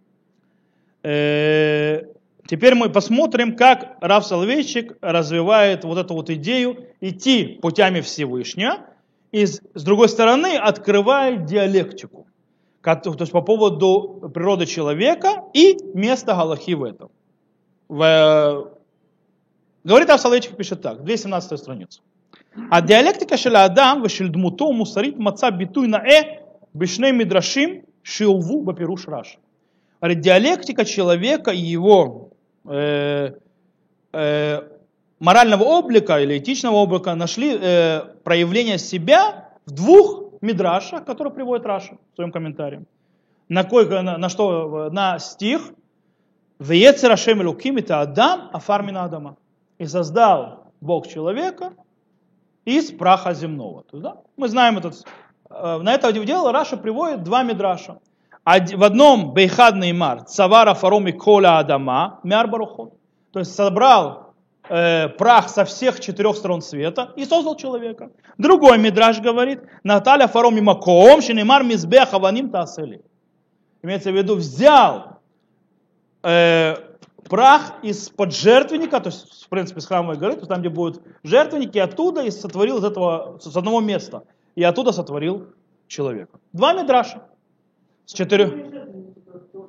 Э, теперь мы посмотрим, как Рав Соловейчик развивает вот эту вот идею идти путями Всевышнего и с другой стороны открывает диалектику, то есть по поводу природы человека и места Галахи в этом. В, говорит Рав Соловейчик, пишет так, двести семнадцатая страница. А диалектика шеля адам вешель дмуто мусарит маца битуй наэ бешней мидрашим шиуву бапируш раши. Диалектика человека и его э, э, морального облика или этичного облика нашли э, проявление себя в двух мидрашах, которые приводит Раши в своем комментарии. На, кой, на, на что? На стих «Веецер Ашем элуким это Адам афар мин Адама». И создал Бог человека из праха земного. То есть, да, мы знаем этот. Э, на это дело Раша приводит два мидраша. В одном Бейхад Неймар Цавара Фароми Коля Адама Мяр Барухот. То есть собрал э, прах со всех четырех сторон света и создал человека. Другой мидраш говорит Наталя Фароми Макоом Шинеймар Мизбех Аваним Таасели. Имеется в виду, взял э, прах из-под жертвенника, то есть в принципе с храмовой горы, то есть там где будут жертвенники, оттуда и сотворил из этого, с одного места. И оттуда сотворил человека. Два мидраша. С четырех.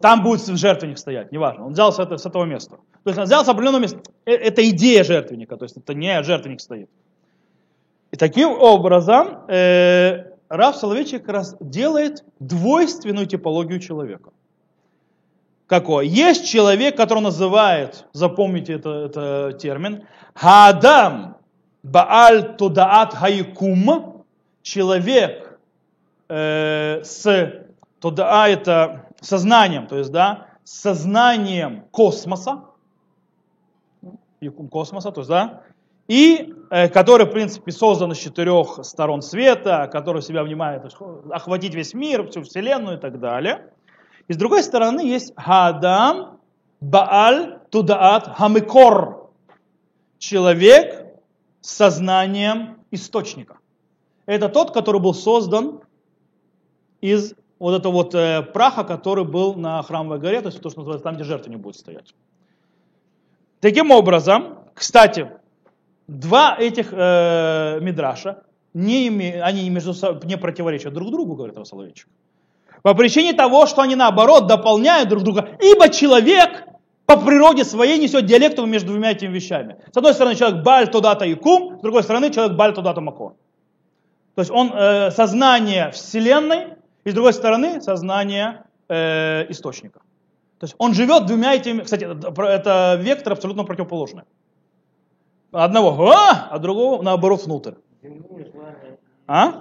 там будет жертвенник стоять, неважно. Он взял с этого, с этого места. То есть он взял с определенного места. Это идея жертвенника, то есть это не жертвенник стоит. И таким образом э, Рав Соловейчик как раз делает двойственную типологию человека. Какой? Есть человек, который называет, запомните это, это термин, Хаадам Бааль Тодаат Хайкум, человек э, с Тодаа это сознанием, то есть да, сознанием космоса, космоса, то есть да, и э, который, в принципе, создан из четырех сторон света, который в себя внимает, охватить весь мир, всю вселенную и так далее. И с другой стороны есть Хаадам Бааль Тудаат Хамикор, человек с сознанием источника. Это тот, который был создан из вот этого вот э, праха, который был на Храмовой горе, то есть то, что называется там, где жертва не будет стоять. Таким образом, кстати, два этих э, мидраша, не име, они между собой не противоречат друг другу, говорит Рав Соловейчик. По причине того, что они наоборот дополняют друг друга, ибо человек по природе своей несет диалектов между двумя этими вещами. С одной стороны, человек Баль Тодата и Кум, с другой стороны, человек Баль Тодата Макор. То есть он э, сознание Вселенной, и с другой стороны, сознание э, источника. То есть он живет двумя этими, кстати, это вектор абсолютно противоположный. Одного а, а другого наоборот внутрь. А?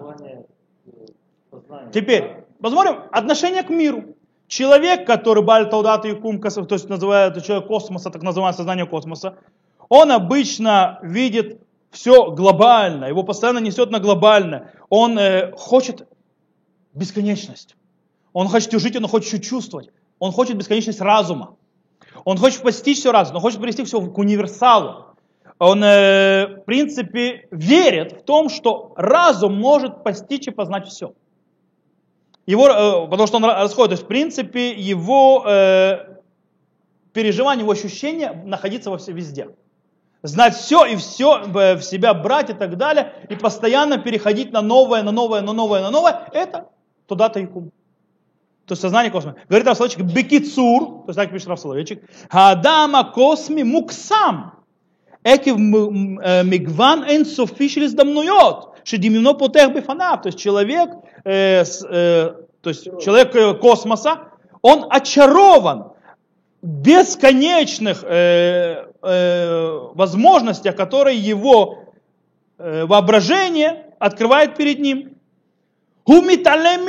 Теперь, посмотрим отношение к миру. Человек, который Баль Таудат и Кум, то есть называют человек космоса, так называемое сознание космоса, он обычно видит все глобально, его постоянно несет на глобальное. Он э, хочет бесконечность. Он хочет жить, он хочет чувствовать. Он хочет бесконечность разума. Он хочет постичь все разум, он хочет привести все к универсалу. Он, э, в принципе, верит в том, что разум может постичь и познать все. Его, э, потому что он расходит, то есть, в принципе, его э, переживание, его ощущение находиться во все, везде. Знать все и все в себя брать и так далее, и постоянно переходить на новое, на новое, на новое, на новое, это туда-то и кум. То есть сознание космоса. Говорит Рав Соловейчик, бекицур, то есть так пишет Рав Соловейчик, хаадама косми муксам, экив мигван энсофи шелез дамнуйот, шедимино потех бифанав. То есть человек, э, э, то есть человек космоса, он очарован бесконечных э, э, возможностях, которые его э, воображение открывает перед ним. Говорит,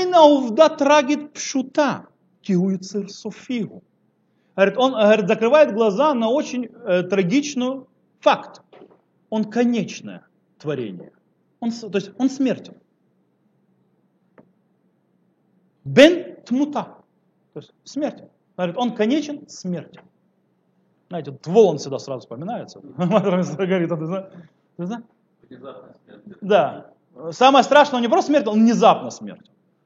он говорит, закрывает глаза на очень э, трагичный факт. Он конечное творение. Он, то есть он смертен. Бен тмута. То есть смертен. Говорит, он конечен, смертен. Знаете, Волан всегда сразу вспоминается. Да. Самое страшное, он не просто смертен, он внезапно смертен.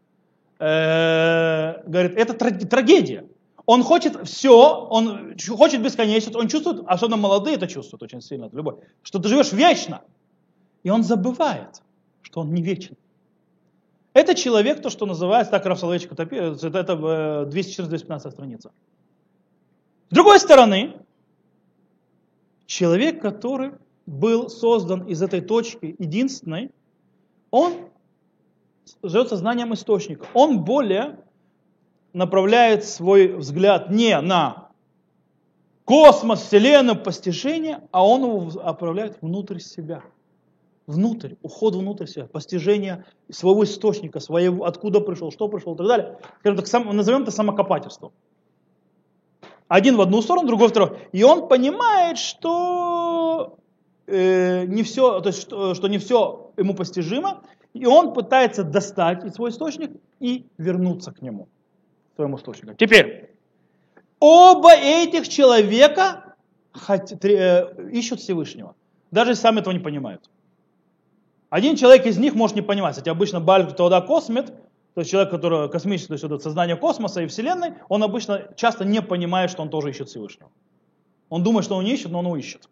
Говорит, это трагедия. Он хочет все, он хочет бесконечность, он чувствует, особенно молодые это чувствуют очень сильно, это любовь, что ты живешь вечно. И он забывает, что он не вечен. Это человек, то, что называется, так Рав Соловейчик, это, это двести четырнадцатая - двести пятнадцатая страница. С другой стороны, человек, который был создан из этой точки единственной, он живет сознанием источника. Он более направляет свой взгляд не на космос, вселенную, постижение, а он его направляет внутрь себя. Внутрь, уход внутрь себя, постижение своего источника, своего, откуда пришел, что пришел и так далее. Скажем так, сам, назовем это самокопательством. Один в одну сторону, другой в другую. И он понимает, что, э, не все, то есть, что, что не все ему постижимо, и он пытается достать свой источник и вернуться к нему, к своему источнику. Теперь, оба этих человека хотят, э, ищут Всевышнего, даже если сами этого не понимают. Один человек из них может не понимать. Кстати, обычно Баль Тода Космет, то есть человек, который космический, то есть это сознание космоса и Вселенной, он обычно часто не понимает, что он тоже ищет Всевышнего. Он думает, что он не ищет, но он его ищет.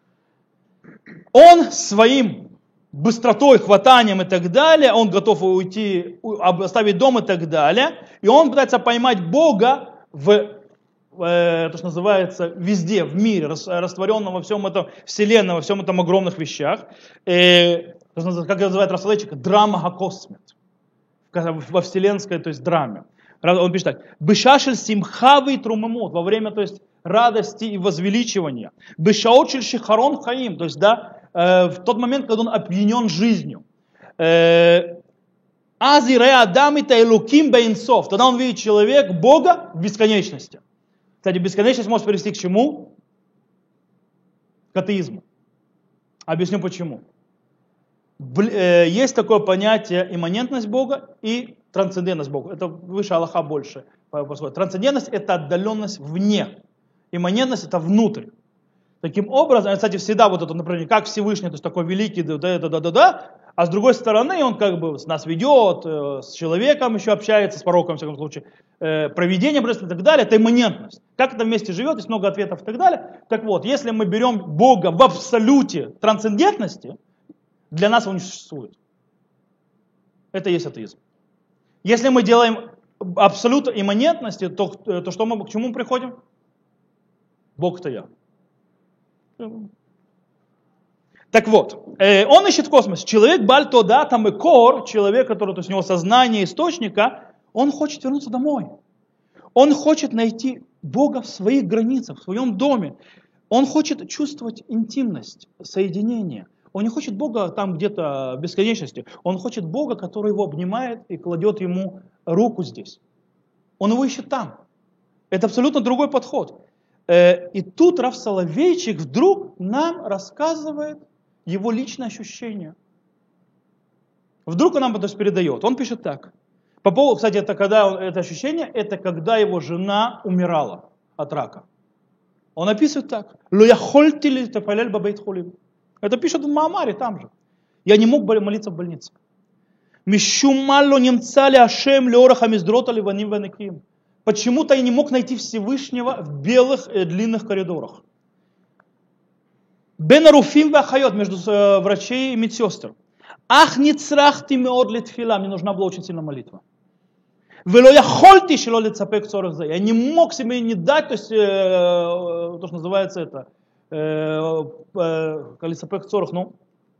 Он своим быстротой, хватанием и так далее, он готов уйти, оставить дом и так далее, и он пытается поймать Бога в, э, то, что называется, везде, в мире, растворенном во всем этом, вселенной, во всем этом огромных вещах. Э, как называет Рафсалейчик, драма хакосмет. Во вселенской, то есть драме. Он пишет так. Бешашель симхавый трумемот, во время, то есть, радости и возвеличивания. Бешаочель шихарон хаим, то есть, да, э, в тот момент, когда он опьянен жизнью. Ази ре адам и таилуким бейнсов. Тогда он видит человек, Бога в бесконечности. Кстати, бесконечность может привести к чему? К атеизму. Объясню почему. Есть такое понятие имманентность Бога и трансцендентность Бога. Это выше Аллаха больше. Трансцендентность это отдаленность вне. Имманентность это внутрь. Таким образом, кстати, всегда вот это направление, как Всевышний, то есть такой великий, да-да-да-да-да, а с другой стороны он как бы нас ведет, с человеком еще общается, с пророком, в всяком случае, провидением и так далее, это имманентность. Как это вместе живет, есть много ответов и так далее. Так вот, если мы берем Бога в абсолюте трансцендентности, для нас он не существует. Это и есть атеизм. Если мы делаем абсолют имманентности, то, то что мы, к чему мы приходим? Бог-то я. Так вот, э, он ищет в космосе. Человек Баль-Тода, там и Кор, человек, который, то есть у него сознание источника, он хочет вернуться домой. Он хочет найти Бога в своих границах, в своем доме. Он хочет чувствовать интимность, соединение. Он не хочет Бога там где-то в бесконечности. Он хочет Бога, который его обнимает и кладет ему руку здесь. Он его ищет там. Это абсолютно другой подход. И тут Рав Соловейчик вдруг нам рассказывает его личное ощущение. Вдруг он нам это передает. Он пишет так. По поводу, кстати, это когда он, это ощущение, это когда его жена умирала от рака. Он описывает так. Это пишет в Маамаре там же. Я не мог молиться в больнице. Почему-то я не мог найти Всевышнего в белых э, длинных коридорах. Бен Аруфим вахайот, между э, врачей и медсестер. Ах, не црахти меод летфила, мне нужна была очень сильная молитва. Вело я хольти шело лецапек цорах за. Я не мог себе не дать, то есть, э, то, что называется это, лецапек цорах, ну,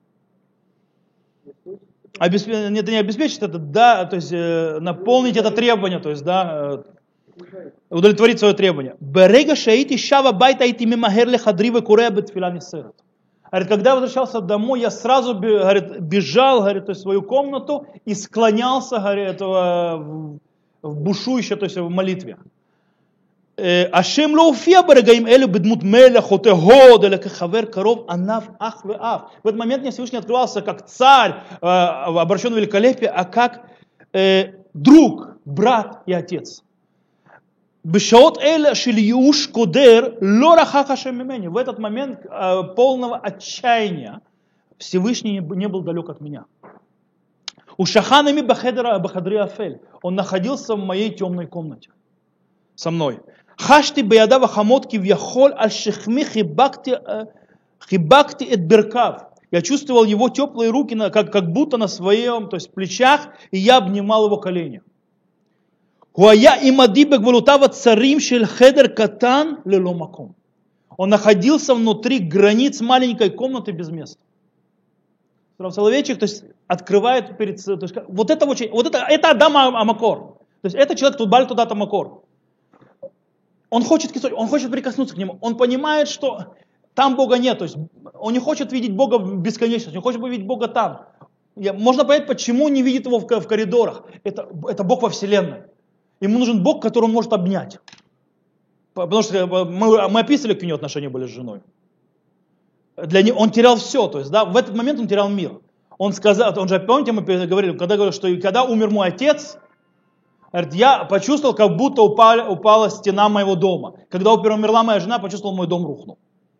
обесп... это не обеспечить, это да, то есть э, наполнить это требование, то есть, да, э, удовлетворить свое требование. Берега шаити шава байта ити мимахер лехадри векурея бетфила нисерет. Говорит, когда я возвращался домой, я сразу говорит, бежал, говорит, то есть, в свою комнату и склонялся, говорит, в, в бушующе, то есть в молитве. Ашем ло уфия берегаим элю бедмут мелех оте год или кахавер коров анав ах ве ав. В этот момент мне Всевышний открывался как царь, обращенный в великолепие, а как э, друг, брат и отец. Бешаот эля шильюш кодер ло рахах Ашем мимени. В этот момент э, полного отчаяния Всевышний не был далек от меня. У шаханами бахедра бахадри афель. Он находился в моей темной комнате со мной. Хашти беядава хамотки вяхоль аль шехми хибакти эт беркав. Я чувствовал его теплые руки, как, как будто на своем, то есть плечах, и я обнимал его колени. Хуая имади бегвалутава царим шель хедер катан леломаком. Он находился внутри границ маленькой комнаты без места. Рав Соловейчик, то есть открывает перед, то есть, вот это очень, вот это, это Адам Амакор. То есть это человек Тубаль Тудат Амакор. Он хочет, он хочет прикоснуться к нему. Он понимает, что там Бога нет. То есть он не хочет видеть Бога в бесконечности. Он хочет увидеть Бога там. Можно понять, почему он не видит его в коридорах. Это, это Бог во вселенной. Ему нужен Бог, которого он может обнять. Потому что мы, мы описывали, какие у него отношения были с женой. Для него, он терял все. То есть, да, в этот момент он терял мир. Он сказал, он же, помните, мы говорили, когда говорил, что когда умер мой отец, говорит, я почувствовал, как будто упала, упала стена моего дома. Когда умерла моя жена, почувствовал, мой дом рухнул.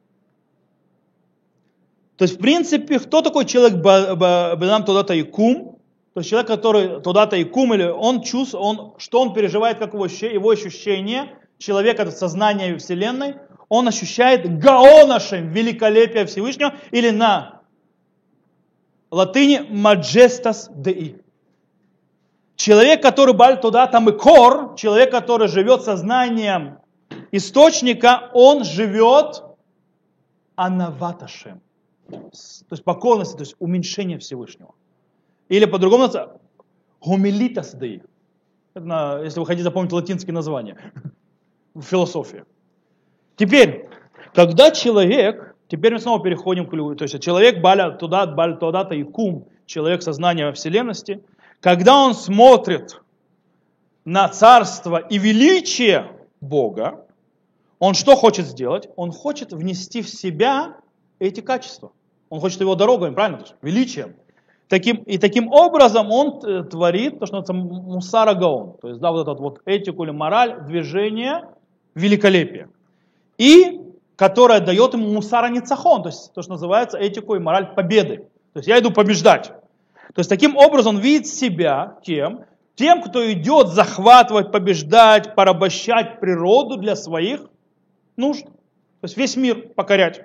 То есть, в принципе, кто такой человек Бенам Тодата Якум? То есть, человек, который Тодата Якум, или он чувствует, он, что он переживает, как его, его ощущение, человек, это сознание Вселенной, он ощущает гаонашем, великолепие Всевышнего, или на латыни majestas dei. Человек, который баль туда, там и кор, человек, который живет сознанием источника, он живет анаваташем. То есть покорность, то есть уменьшение Всевышнего. Или по-другому называется гумилитас деи. Это, если вы хотите запомнить латинские названия в философии. Теперь, когда человек, теперь мы снова переходим к людям, то есть человек баля туда, баль туда-то и кум, человек сознания вселенности, когда он смотрит на царство и величие Бога, он что хочет сделать? Он хочет внести в себя эти качества. Он хочет его дорогой, правильно? То есть величием. Таким, и таким образом он творит то, что называется мусара гаон. То есть да, вот эту вот этику или мораль, движение, великолепие. И которая дает ему мусара ницахон, то есть то, что называется этику и мораль победы. То есть я иду побеждать. То есть таким образом он видит себя тем, тем, кто идет захватывать, побеждать, порабощать природу для своих нужд. То есть весь мир покорять.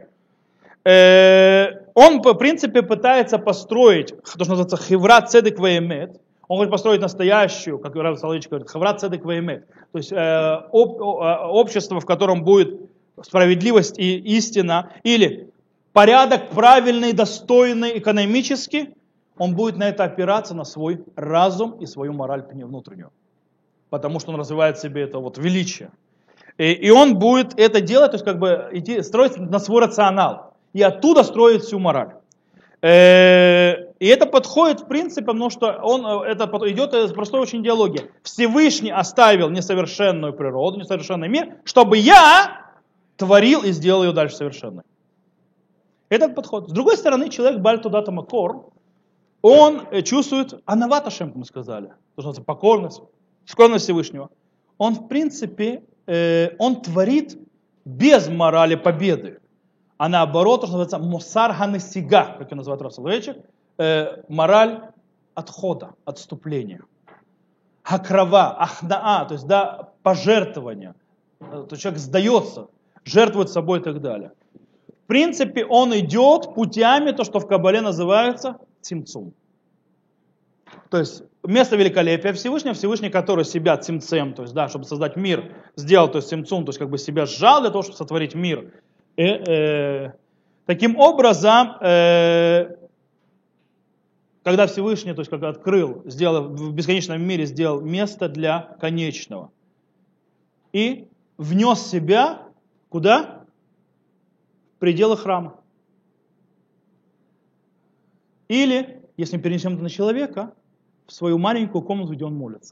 Он, в принципе, пытается построить, то, что называется хевра цедек ваэмет. Он хочет построить настоящую, как Рав Соловейчик говорит, хевра цедек ваэмет. То есть об, общество, в котором будет справедливость и истина, или порядок правильный, достойный, экономический, он будет на это опираться, на свой разум и свою мораль внутреннюю. Потому что он развивает в себе это вот величие. И, и он будет это делать, то есть как бы идти, строить на свой рационал. И оттуда строить всю мораль. И это подходит в принципе, потому что он, это идет из простой очень идеологии. Всевышний оставил несовершенную природу, несовершенный мир, чтобы я творил и сделал ее дальше совершенной. Этот подход. С другой стороны, человек баль туда тамакор, он чувствует анаваташем, как мы сказали, то, что покорность, скромность Всевышнего. Он в принципе, он творит без морали победы. А наоборот, то, что называется мусар ханесига, как ее называет Рав Соловейчик, э, мораль отхода, отступления. Хакрава, ахдаа, то есть да, пожертвования. То есть человек сдается, жертвует собой и так далее. В принципе, он идет путями, то, что в Кабале называется цимцум. То есть вместо великолепия Всевышнего, Всевышний, который себя цимцем, то есть да, чтобы создать мир, сделал, то есть цимцум, то есть как бы себя сжал для того, чтобы сотворить мир. И, э, таким образом, э, когда Всевышний, то есть как открыл, сделал в бесконечном мире, сделал место для конечного и внес себя куда? В пределы храма. Или, если мы перенесем это на человека, в свою маленькую комнату, где он молится.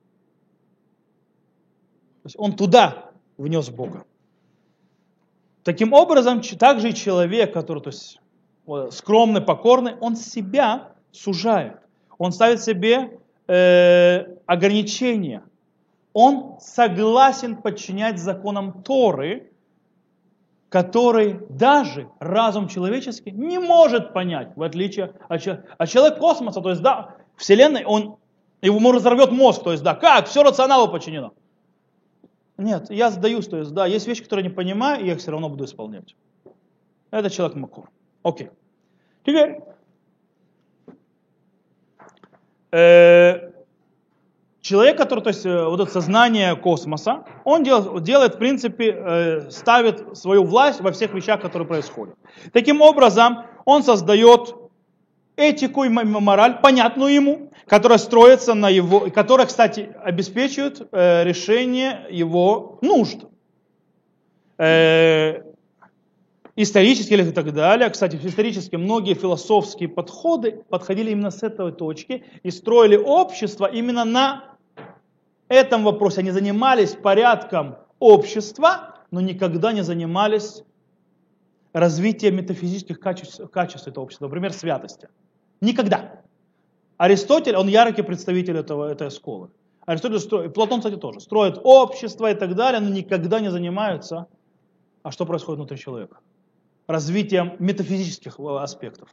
То есть он туда внес Бога. Таким образом, также и человек, который то есть, скромный, покорный, он себя сужает. Он ставит себе э, ограничения. Он согласен подчинять законам Торы, который даже разум человеческий не может понять, в отличие от человека. А человек космоса, то есть да, Вселенной, он, ему разорвет мозг, то есть да, как, все рационалу подчинено. Нет, я сдаюсь, то есть, да, есть вещи, которые я не понимаю, и я их все равно буду исполнять. Это человек макур. Окей. Теперь, э, человек, который, то есть, вот это сознание космоса, он делает, делает в принципе, э, ставит свою власть во всех вещах, которые происходят. Таким образом, он создает этику и мораль, понятную ему, которая строится на его, которая, кстати, обеспечивает э, решение его нужд. Э, исторически или так далее. Кстати, исторически многие философские подходы подходили именно с этой точки и строили общество именно на этом вопросе. Они занимались порядком общества, но никогда не занимались развитием метафизических качеств, качеств этого общества, например, святости. Никогда. Аристотель, он яркий представитель этого, этой школы. Аристотель строит, Платон, кстати, тоже, строит общество и так далее, но никогда не занимаются, а что происходит внутри человека? Развитием метафизических аспектов.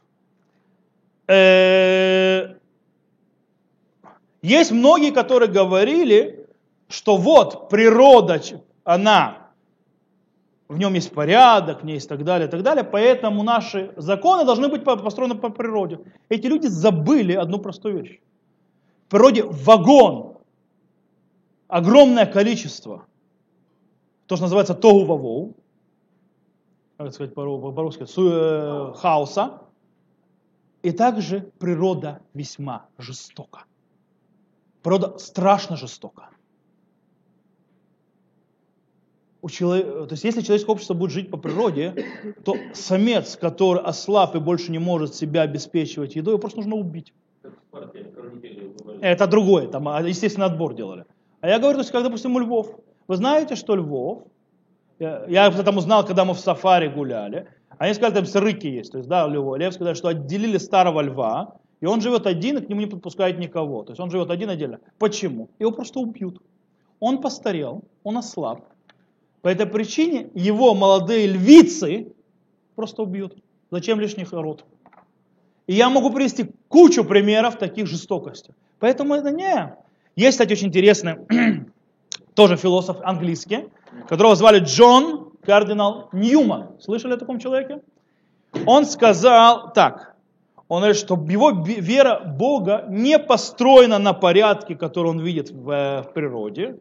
Есть многие, которые говорили, что вот природа, она, в нем есть порядок, в ней есть так далее, так далее, поэтому наши законы должны быть построены по природе. Эти люди забыли одну простую вещь. природе вагон, огромное количество, то, что называется тогу-вавоу, как сказать по-русски, хаоса, и также природа весьма жестока. Природа страшно жестока. У человека, то есть если человеческое общество будет жить по природе, то самец, который ослаб и больше не может себя обеспечивать едой, его просто нужно убить. Это другое, там естественный отбор делали. А я говорю, то есть, как, допустим, у львов. Вы знаете, что львов, я, я об этом узнал, когда мы в сафари гуляли, они сказали, там срыки есть, то есть, да, львов. Лев сказали, что отделили старого льва, и он живет один, и к нему не подпускает никого. То есть он живет один отдельно. Почему? Его просто убьют. Он постарел, он ослаб. По этой причине его молодые львицы просто убьют. Зачем лишний род? И я могу привести кучу примеров таких жестокостей. Поэтому это не... Есть, кстати, очень интересный тоже философ английский, которого звали Джон Кардинал Ньюман. Слышали о таком человеке? Он сказал так. Он говорит, что его вера Бога не построена на порядке, который он видит в, в природе,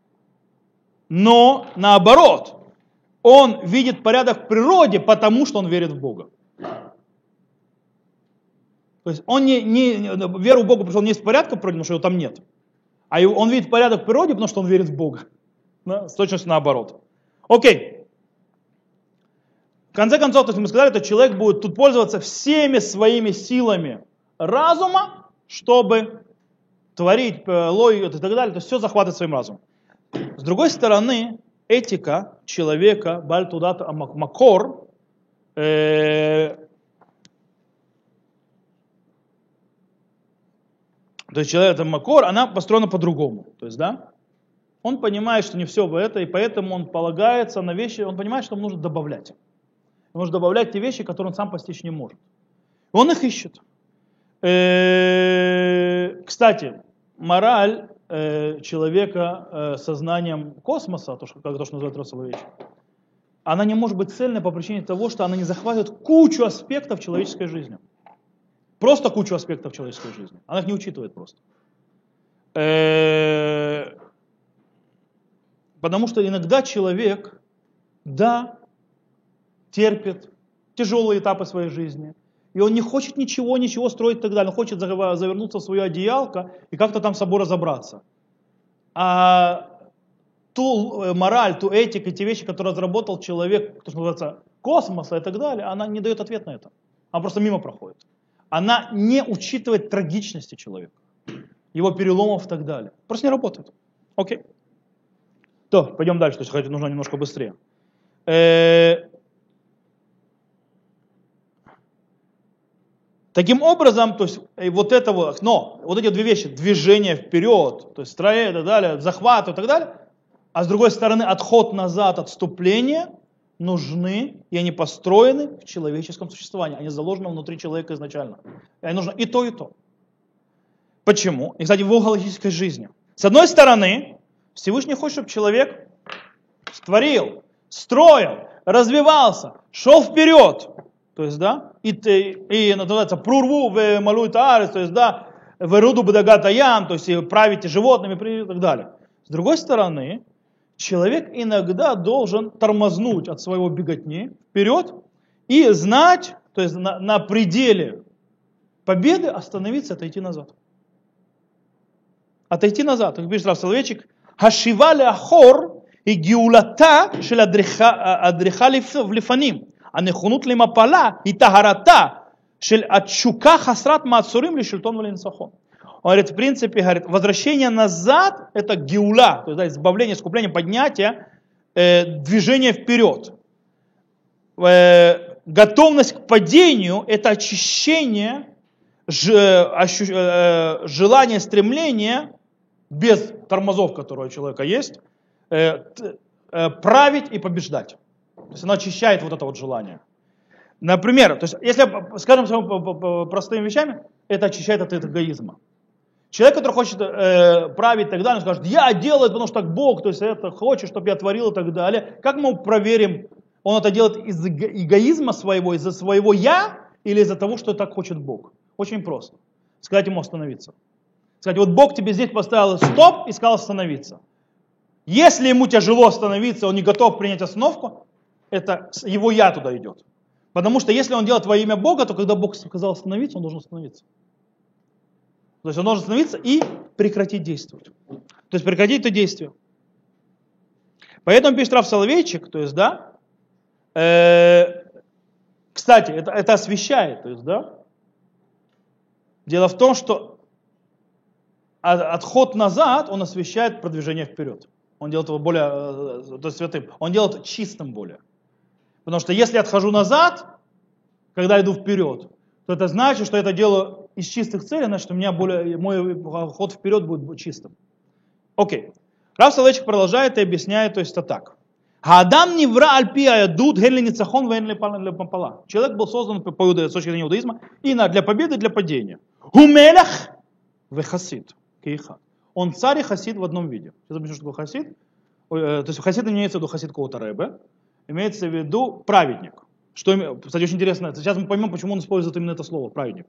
но наоборот, он видит порядок в природе, потому что он верит в Бога. То есть он не, не, веру в Бога пришел не из порядка в природе, потому что его там нет, а он видит порядок в природе, потому что он верит в Бога. Да? С точностью наоборот. Окей. В конце концов, то есть мы сказали, что человек будет тут пользоваться всеми своими силами разума, чтобы творить логику и так далее, то есть все захватывать своим разумом. С другой стороны, этика человека, баль тудат макор, э, то есть человек это макор, она построена по-другому. То есть, да, он понимает, что не все в это, и поэтому он полагается на вещи, он понимает, что ему нужно добавлять. Ему нужно добавлять те вещи, которые он сам постичь не может. Он их ищет. Э, кстати, мораль человека сознанием космоса, то, что, как то, что называют Росолович, она не может быть цельной по причине того, что она не захватывает кучу аспектов человеческой жизни. Просто кучу аспектов человеческой жизни. Она их не учитывает просто. Потому что иногда человек, да, терпит тяжелые этапы своей жизни, и он не хочет ничего, ничего строить и так далее. Он хочет завернуться в свое одеялко и как-то там с собой разобраться. А ту мораль, ту этику, те вещи, которые разработал человек, то, что называется космоса и так далее, она не дает ответ на это. Она просто мимо проходит. Она не учитывает трагичности человека, его переломов и так далее. Просто не работает. Окей. То, пойдем дальше, то есть нужно немножко быстрее. Таким образом, то есть вот это вот, но вот эти две вещи, движение вперед, то есть строение и так далее, захват и так далее, а с другой стороны отход назад, отступление нужны, и они построены в человеческом существовании, они заложены внутри человека изначально. И нужно и то, и то. Почему? И, кстати, в его галактической жизни. С одной стороны, Всевышний хочет, чтобы человек творил, строил, развивался, шел вперед. То есть, да, и, и называется прурву в малуй таарес, то есть, да, в руду бедагата ям, то есть, и правите животными и так далее. С другой стороны, человек иногда должен тормознуть от своего беготни вперед и знать, то есть, на, на пределе победы остановиться, отойти назад. Отойти назад. Как пишет Рав Соловейчик, хашива леахор и гиулата шел адриха лифаним. הנכונות למפלה היא טהרתה של התשוקה חסרת מעצורים לשלטון ולניצחון. Он говорит, в принципе, говорит, возвращение назад это геула, то есть да, избавление, искупление, поднятие, э, движение вперед. Э, готовность к падению это очищение, ж, ощу, э, желание, стремление, без тормозов, которые у человека есть, э, э, править и побеждать. То есть оно очищает вот это вот желание. Например, то есть, если, скажем простыми вещами, это очищает от эгоизма. Человек, который хочет э, править и так далее, он скажет, я делаю это, потому что так Бог, то есть это хочет, чтобы я творил и так далее. Как мы проверим, он это делает из эгоизма своего, из-за своего я, или из-за того, что так хочет Бог? Очень просто. Сказать ему остановиться. Сказать, вот Бог тебе здесь поставил стоп и сказал остановиться. Если ему тяжело остановиться, он не готов принять остановку, это его я туда идет. Потому что если он делает во имя Бога, то когда Бог сказал остановиться, он должен остановиться. То есть он должен остановиться и прекратить действовать. То есть прекратить это действие. Поэтому пишет Рав Соловейчик, то есть, да, э, кстати, это, это освещает, то есть, да. Дело в том, что отход назад, он освещает продвижение вперед. Он делает его более, то есть святым. Он делает чистым более. Потому что если я отхожу назад, когда иду вперед, то это значит, что я это делаю из чистых целей, значит, у меня более, мой ход вперед будет чистым. Окей. Рав Соловейчик продолжает и объясняет, то есть это так. Хаадам невра альпи аядут генли ницахон венли пала. Человек был создан по иудаизму, с точки зрения иудаизма, и для победы, и для падения. Гумелях вехасид. Он царь и хасид в одном виде. Сейчас объясню, что такое хасид. То есть хасид имеется в виду хасид какого-то рэбе. Имеется в виду праведник. Что, кстати, очень интересно. Сейчас мы поймем, почему он использует именно это слово, праведник.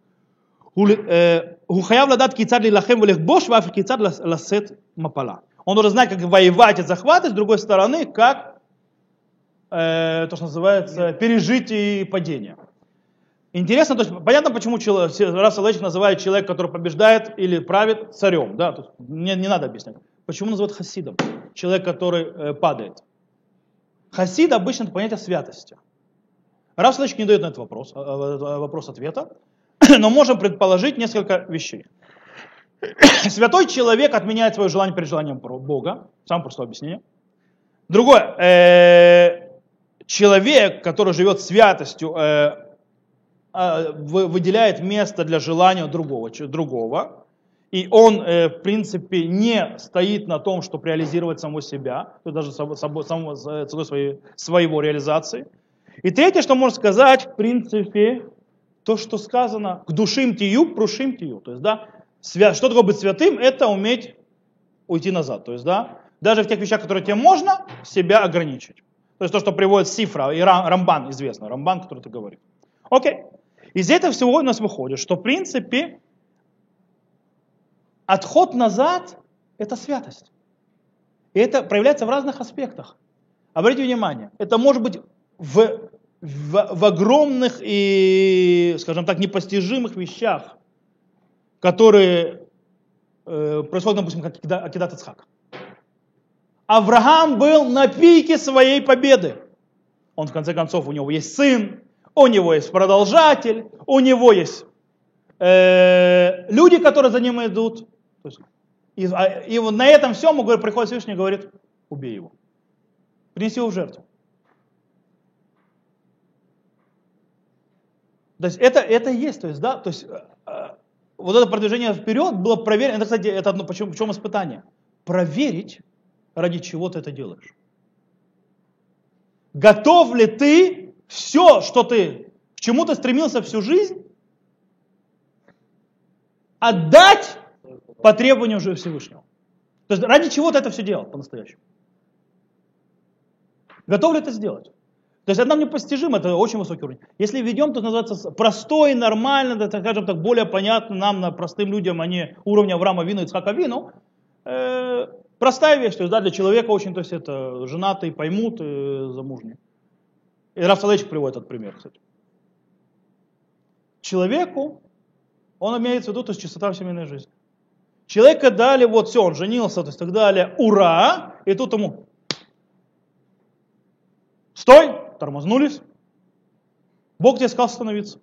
Он должен знать, как воевать и захватывать, с другой стороны, как э, то, что называется, пережить и падение. Интересно, то есть, понятно, почему Рав Соловейчик называет человека, который побеждает или правит, царем. Да? То есть, не, не надо объяснять. Почему называют хасидом? Человек, который э, падает. Хасид обычно это понятие святости. Рав Соловейчик не дает на этот вопрос, вопрос ответа, но можем предположить несколько вещей. Святой человек отменяет свое желание перед желанием Бога. Самое простое объяснение. Другое. Э, человек, который живет святостью, э, э, выделяет место для желания другого. другого и он, э, в принципе, не стоит на том, чтобы реализировать самого себя, то есть даже само, само, ценой своей, своего реализации. И третье, что можно сказать, в принципе, то, что сказано, к душим тию, прушим тию. То есть, да, свя... что такое быть святым? Это уметь уйти назад. То есть, да, даже в тех вещах, которые тебе можно, себя ограничить. То есть, то, что приводит Сифра и Рамбан, известно, Рамбан, который это говорит. Окей. Из этого всего у нас выходит, что, в принципе, отход назад – это святость. И это проявляется в разных аспектах. Обратите внимание, это может быть в, в, в огромных и, скажем так, непостижимых вещах, которые э, происходят, допустим, как Акидат Ицхак. Авраам был на пике своей победы. Он, в конце концов, у него есть сын, у него есть продолжатель, у него есть э, люди, которые за ним идут. То есть, и, и вот на этом всем он приходит Всевышний и говорит, убей его. Принеси его в жертву. То есть это, это и есть, то есть, да, то есть э, вот это продвижение вперед было проверено, это, кстати, это одно, почему, в чем испытание? Проверить, ради чего ты это делаешь. Готов ли ты все, что ты, к чему ты стремился всю жизнь, отдать по требованию уже Всевышнего? То есть ради чего ты это все делал по-настоящему? Готов ли это сделать? То есть это нам непостижимо, это очень высокий уровень. Если ведем, то называется простой, нормально, да, скажем так, более понятно нам, на простым людям, а не уровня Авраама Авину и Ицхака Авину. Э, простая вещь, то есть да, для человека очень, то есть это женатые поймут, и замужние. И Рав Соловейчик приводит этот пример, кстати. Человеку, он имеется в виду, то есть чистота в семейной жизни. Человека дали, вот все, он женился, то есть так далее, ура, и тут ему стой, тормознулись. Бог тебе сказал остановиться.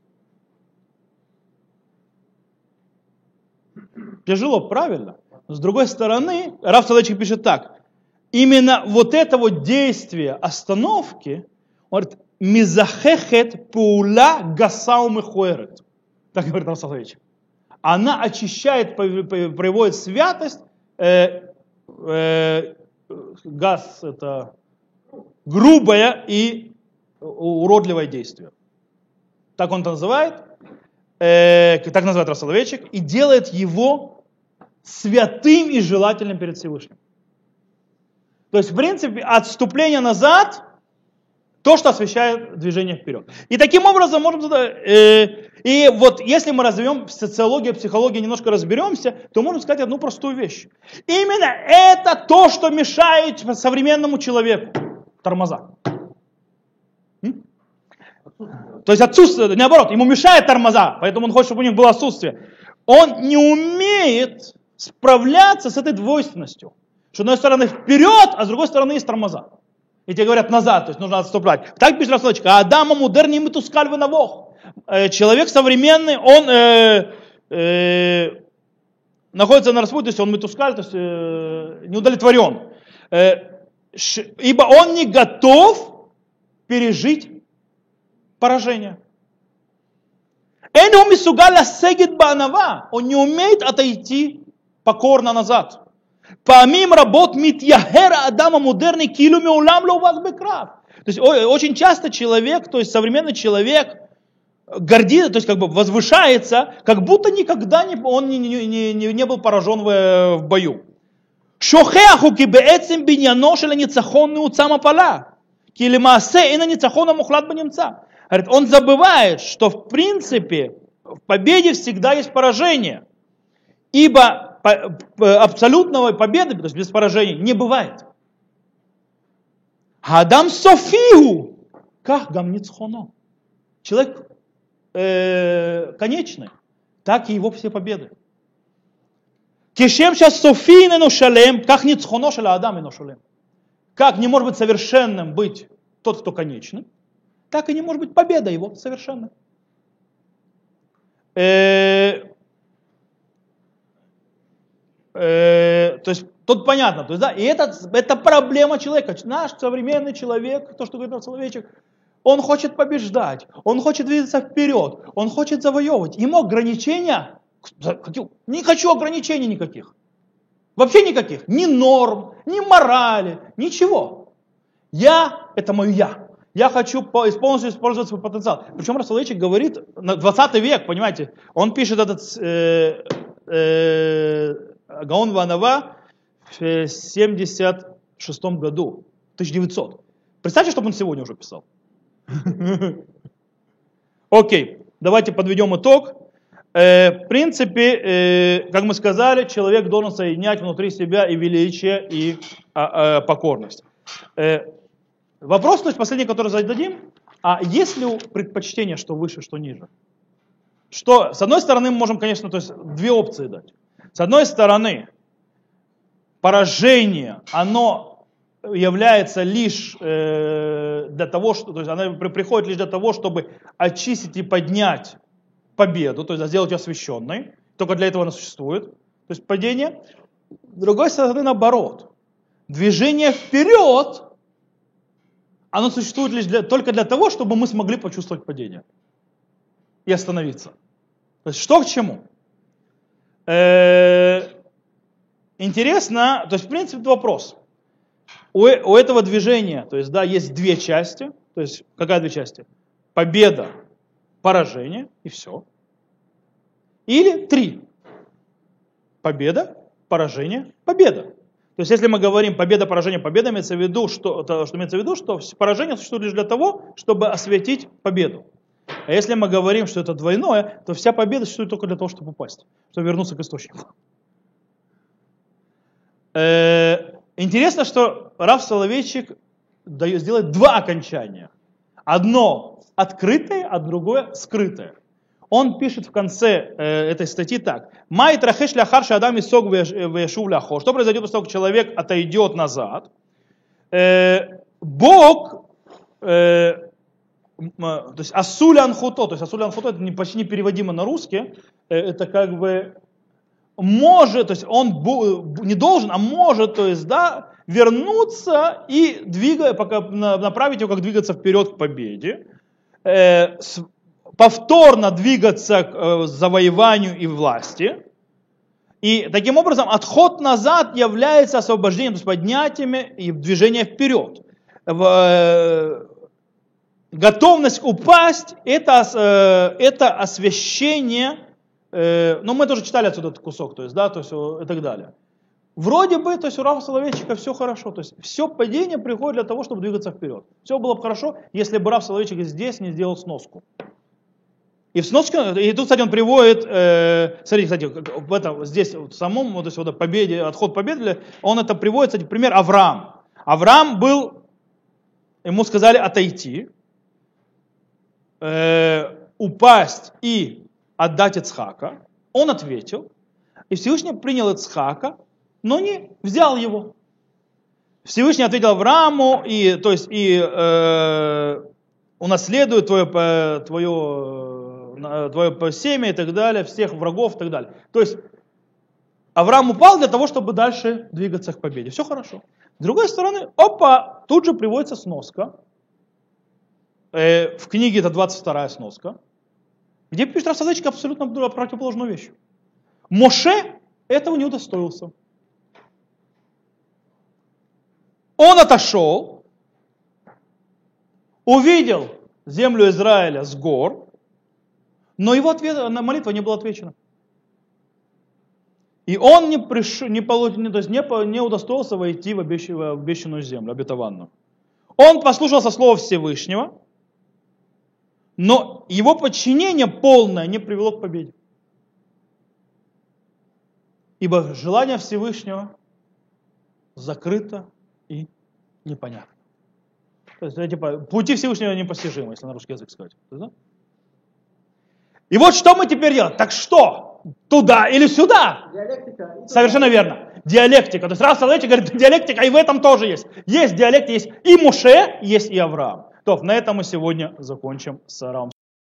Тяжело, правильно. Но с другой стороны, Рав Соловейчик пишет так. Именно вот это вот действие остановки, он говорит, мизахехет паула гасау мехуэрет. Так говорит Рав Соловейчик. Она очищает, приводит святость. Э, э, газ это грубое и уродливое действие. Так он это называет, э, так называет Рав Соловейчик, и делает его святым и желательным перед Всевышним. То есть, в принципе, отступление назад То, что освещает движение вперед. И таким образом можем задать, э, и вот если мы развивем социологию, психологию, немножко разберемся, то можем сказать одну простую вещь. Именно это то, что мешает современному человеку. Тормоза. М? То есть отсутствие, наоборот, ему мешает тормоза, поэтому он хочет, чтобы у них было отсутствие. Он не умеет справляться с этой двойственностью. Что с одной стороны вперед, а с другой стороны есть тормоза. И тебе говорят назад, то есть нужно отступлять. Так пишет Рафсоловичек, а Адама мудерни митускаль венавох. Человек современный, он э, э, находится на распутье, то есть он митускаль, то есть э, не удовлетворен. Э, ш, ибо он не готов пережить поражение. Он не умеет отойти покорно назад. Помимо работ митьяхера Адама мудерный килуми улам лоуваз бекрав. То есть очень часто человек, то есть современный человек гордится, то есть как бы возвышается, как будто никогда не, он не, не, не, не был поражен в, в бою. Шохеаху кибеэцем биньяно шела ницахон неуцама пала. Килимаасе ина ницахона мухлад банемца. Он забывает, что в принципе в победе всегда есть поражение. Ибо абсолютного победы, то есть без поражения, не бывает. Адам софигу, как гам ницхоно. Человек э, конечный, так и его все победы. Кешем сейчас софинену шалем, как ницхоно шаля адам ино шалем. Как не может быть совершенным быть тот, кто конечный, так и не может быть победа его совершенной. Э, э, то есть тут понятно, то есть, да, и это, это проблема человека. Наш современный человек, то, что говорит человечек, он хочет побеждать, он хочет двигаться вперед, он хочет завоевывать. Ему ограничения, не хочу ограничений никаких. Вообще никаких. Ни норм, ни морали, ничего. Я, это мое я. Я хочу полностью использовать свой потенциал. Причем Рафсоловичек говорит, на двадцатый век, понимаете, он пишет этот э, э, Гаон Ванава в семьдесят шестом году, тысяча девятьсот. Представьте, чтобы он сегодня уже писал. Окей, давайте подведем итог. В принципе, как мы сказали, человек должен соединять внутри себя и величие, и покорность. Вопрос, то есть последний, который зададим, а есть ли предпочтение, что выше, что ниже? Что, с одной стороны, мы можем, конечно, то есть две опции дать. С одной стороны, поражение, оно является лишь э, для того, что, то есть оно приходит лишь для того, чтобы очистить и поднять победу, то есть сделать ее освященной. Только для этого оно существует. То есть падение. С другой стороны, наоборот. Движение вперед, оно существует лишь для, только для того, чтобы мы смогли почувствовать падение и остановиться. То есть что к чему? Э, интересно, то есть в принципе вопрос. У, у этого движения, то есть да, есть две части. То есть какая две части? Победа, поражение и все. Или три. Победа, поражение, победа. То есть, если мы говорим победа, поражение, победа, имеется в виду, что, что имеется в виду, что поражение существует лишь для того, чтобы осветить победу. А если мы говорим, что это двойное, то вся победа существует только для того, чтобы упасть, чтобы вернуться к источнику. Э-э- интересно, что Рав Соловейчик сделает два окончания. Одно открытое, а другое скрытое. Он пишет в конце э, этой статьи так. «Май трахеш ляхар адам исог вешув ляхор». Что произойдет после того, как человек отойдет назад? Э, Бог, э, то есть асуля анхуто, то есть асуля анхуто, это почти непереводимо на русский, э, это как бы может, то есть он не должен, а может, то есть, да, вернуться и двигая, пока, направить его, как двигаться вперед к победе. Э, повторно двигаться к завоеванию и власти. И таким образом отход назад является освобождением, то есть поднятием и движением вперед. Готовность упасть – это, это освящение, ну мы тоже читали отсюда этот кусок, то есть, да, то есть, и так далее. Вроде бы, то есть у Рава Соловейчика все хорошо. То есть все падение приходит для того, чтобы двигаться вперед. Все было бы хорошо, если бы Рав Соловейчик здесь не сделал сноску. И в сноске, и тут, кстати, он приводит, э, смотрите, кстати, в этом, здесь в самом, вот, то есть, вот, победе, отход победы, он это приводит, кстати, пример Авраам. Авраам был, ему сказали отойти, э, упасть и отдать Ицхака. Он ответил, и Всевышний принял Ицхака, но не взял его. Всевышний ответил Аврааму, и, то есть, и э, унаследует твое, твое, твое семя и так далее, всех врагов и так далее. То есть Авраам упал для того, чтобы дальше двигаться к победе. Все хорошо. С другой стороны, опа, тут же приводится сноска. Э, в книге это двадцать вторая сноска, где пишет Рав Соловейчик абсолютно противоположную вещь. Моше этого не удостоился. Он отошел, увидел землю Израиля с гор, но его ответ, молитва не была отвечена. И он не, приш, не, получ, не, то есть не, не удостоился войти в обещанную, в обещанную землю, обетованную. Он послушался слова Всевышнего, но его подчинение полное не привело к победе. Ибо желание Всевышнего закрыто и непонятно. То есть, типа, пути Всевышнего непостижимы, если на русский язык сказать. Да? И вот что мы теперь делаем? Так что? Туда или сюда? Диалектика. Совершенно верно. Диалектика. То есть Рав Соловейчик говорит, диалектика и в этом тоже есть. Есть диалектика, есть и Моше, есть и Авраам. То, на этом мы сегодня закончим с Равом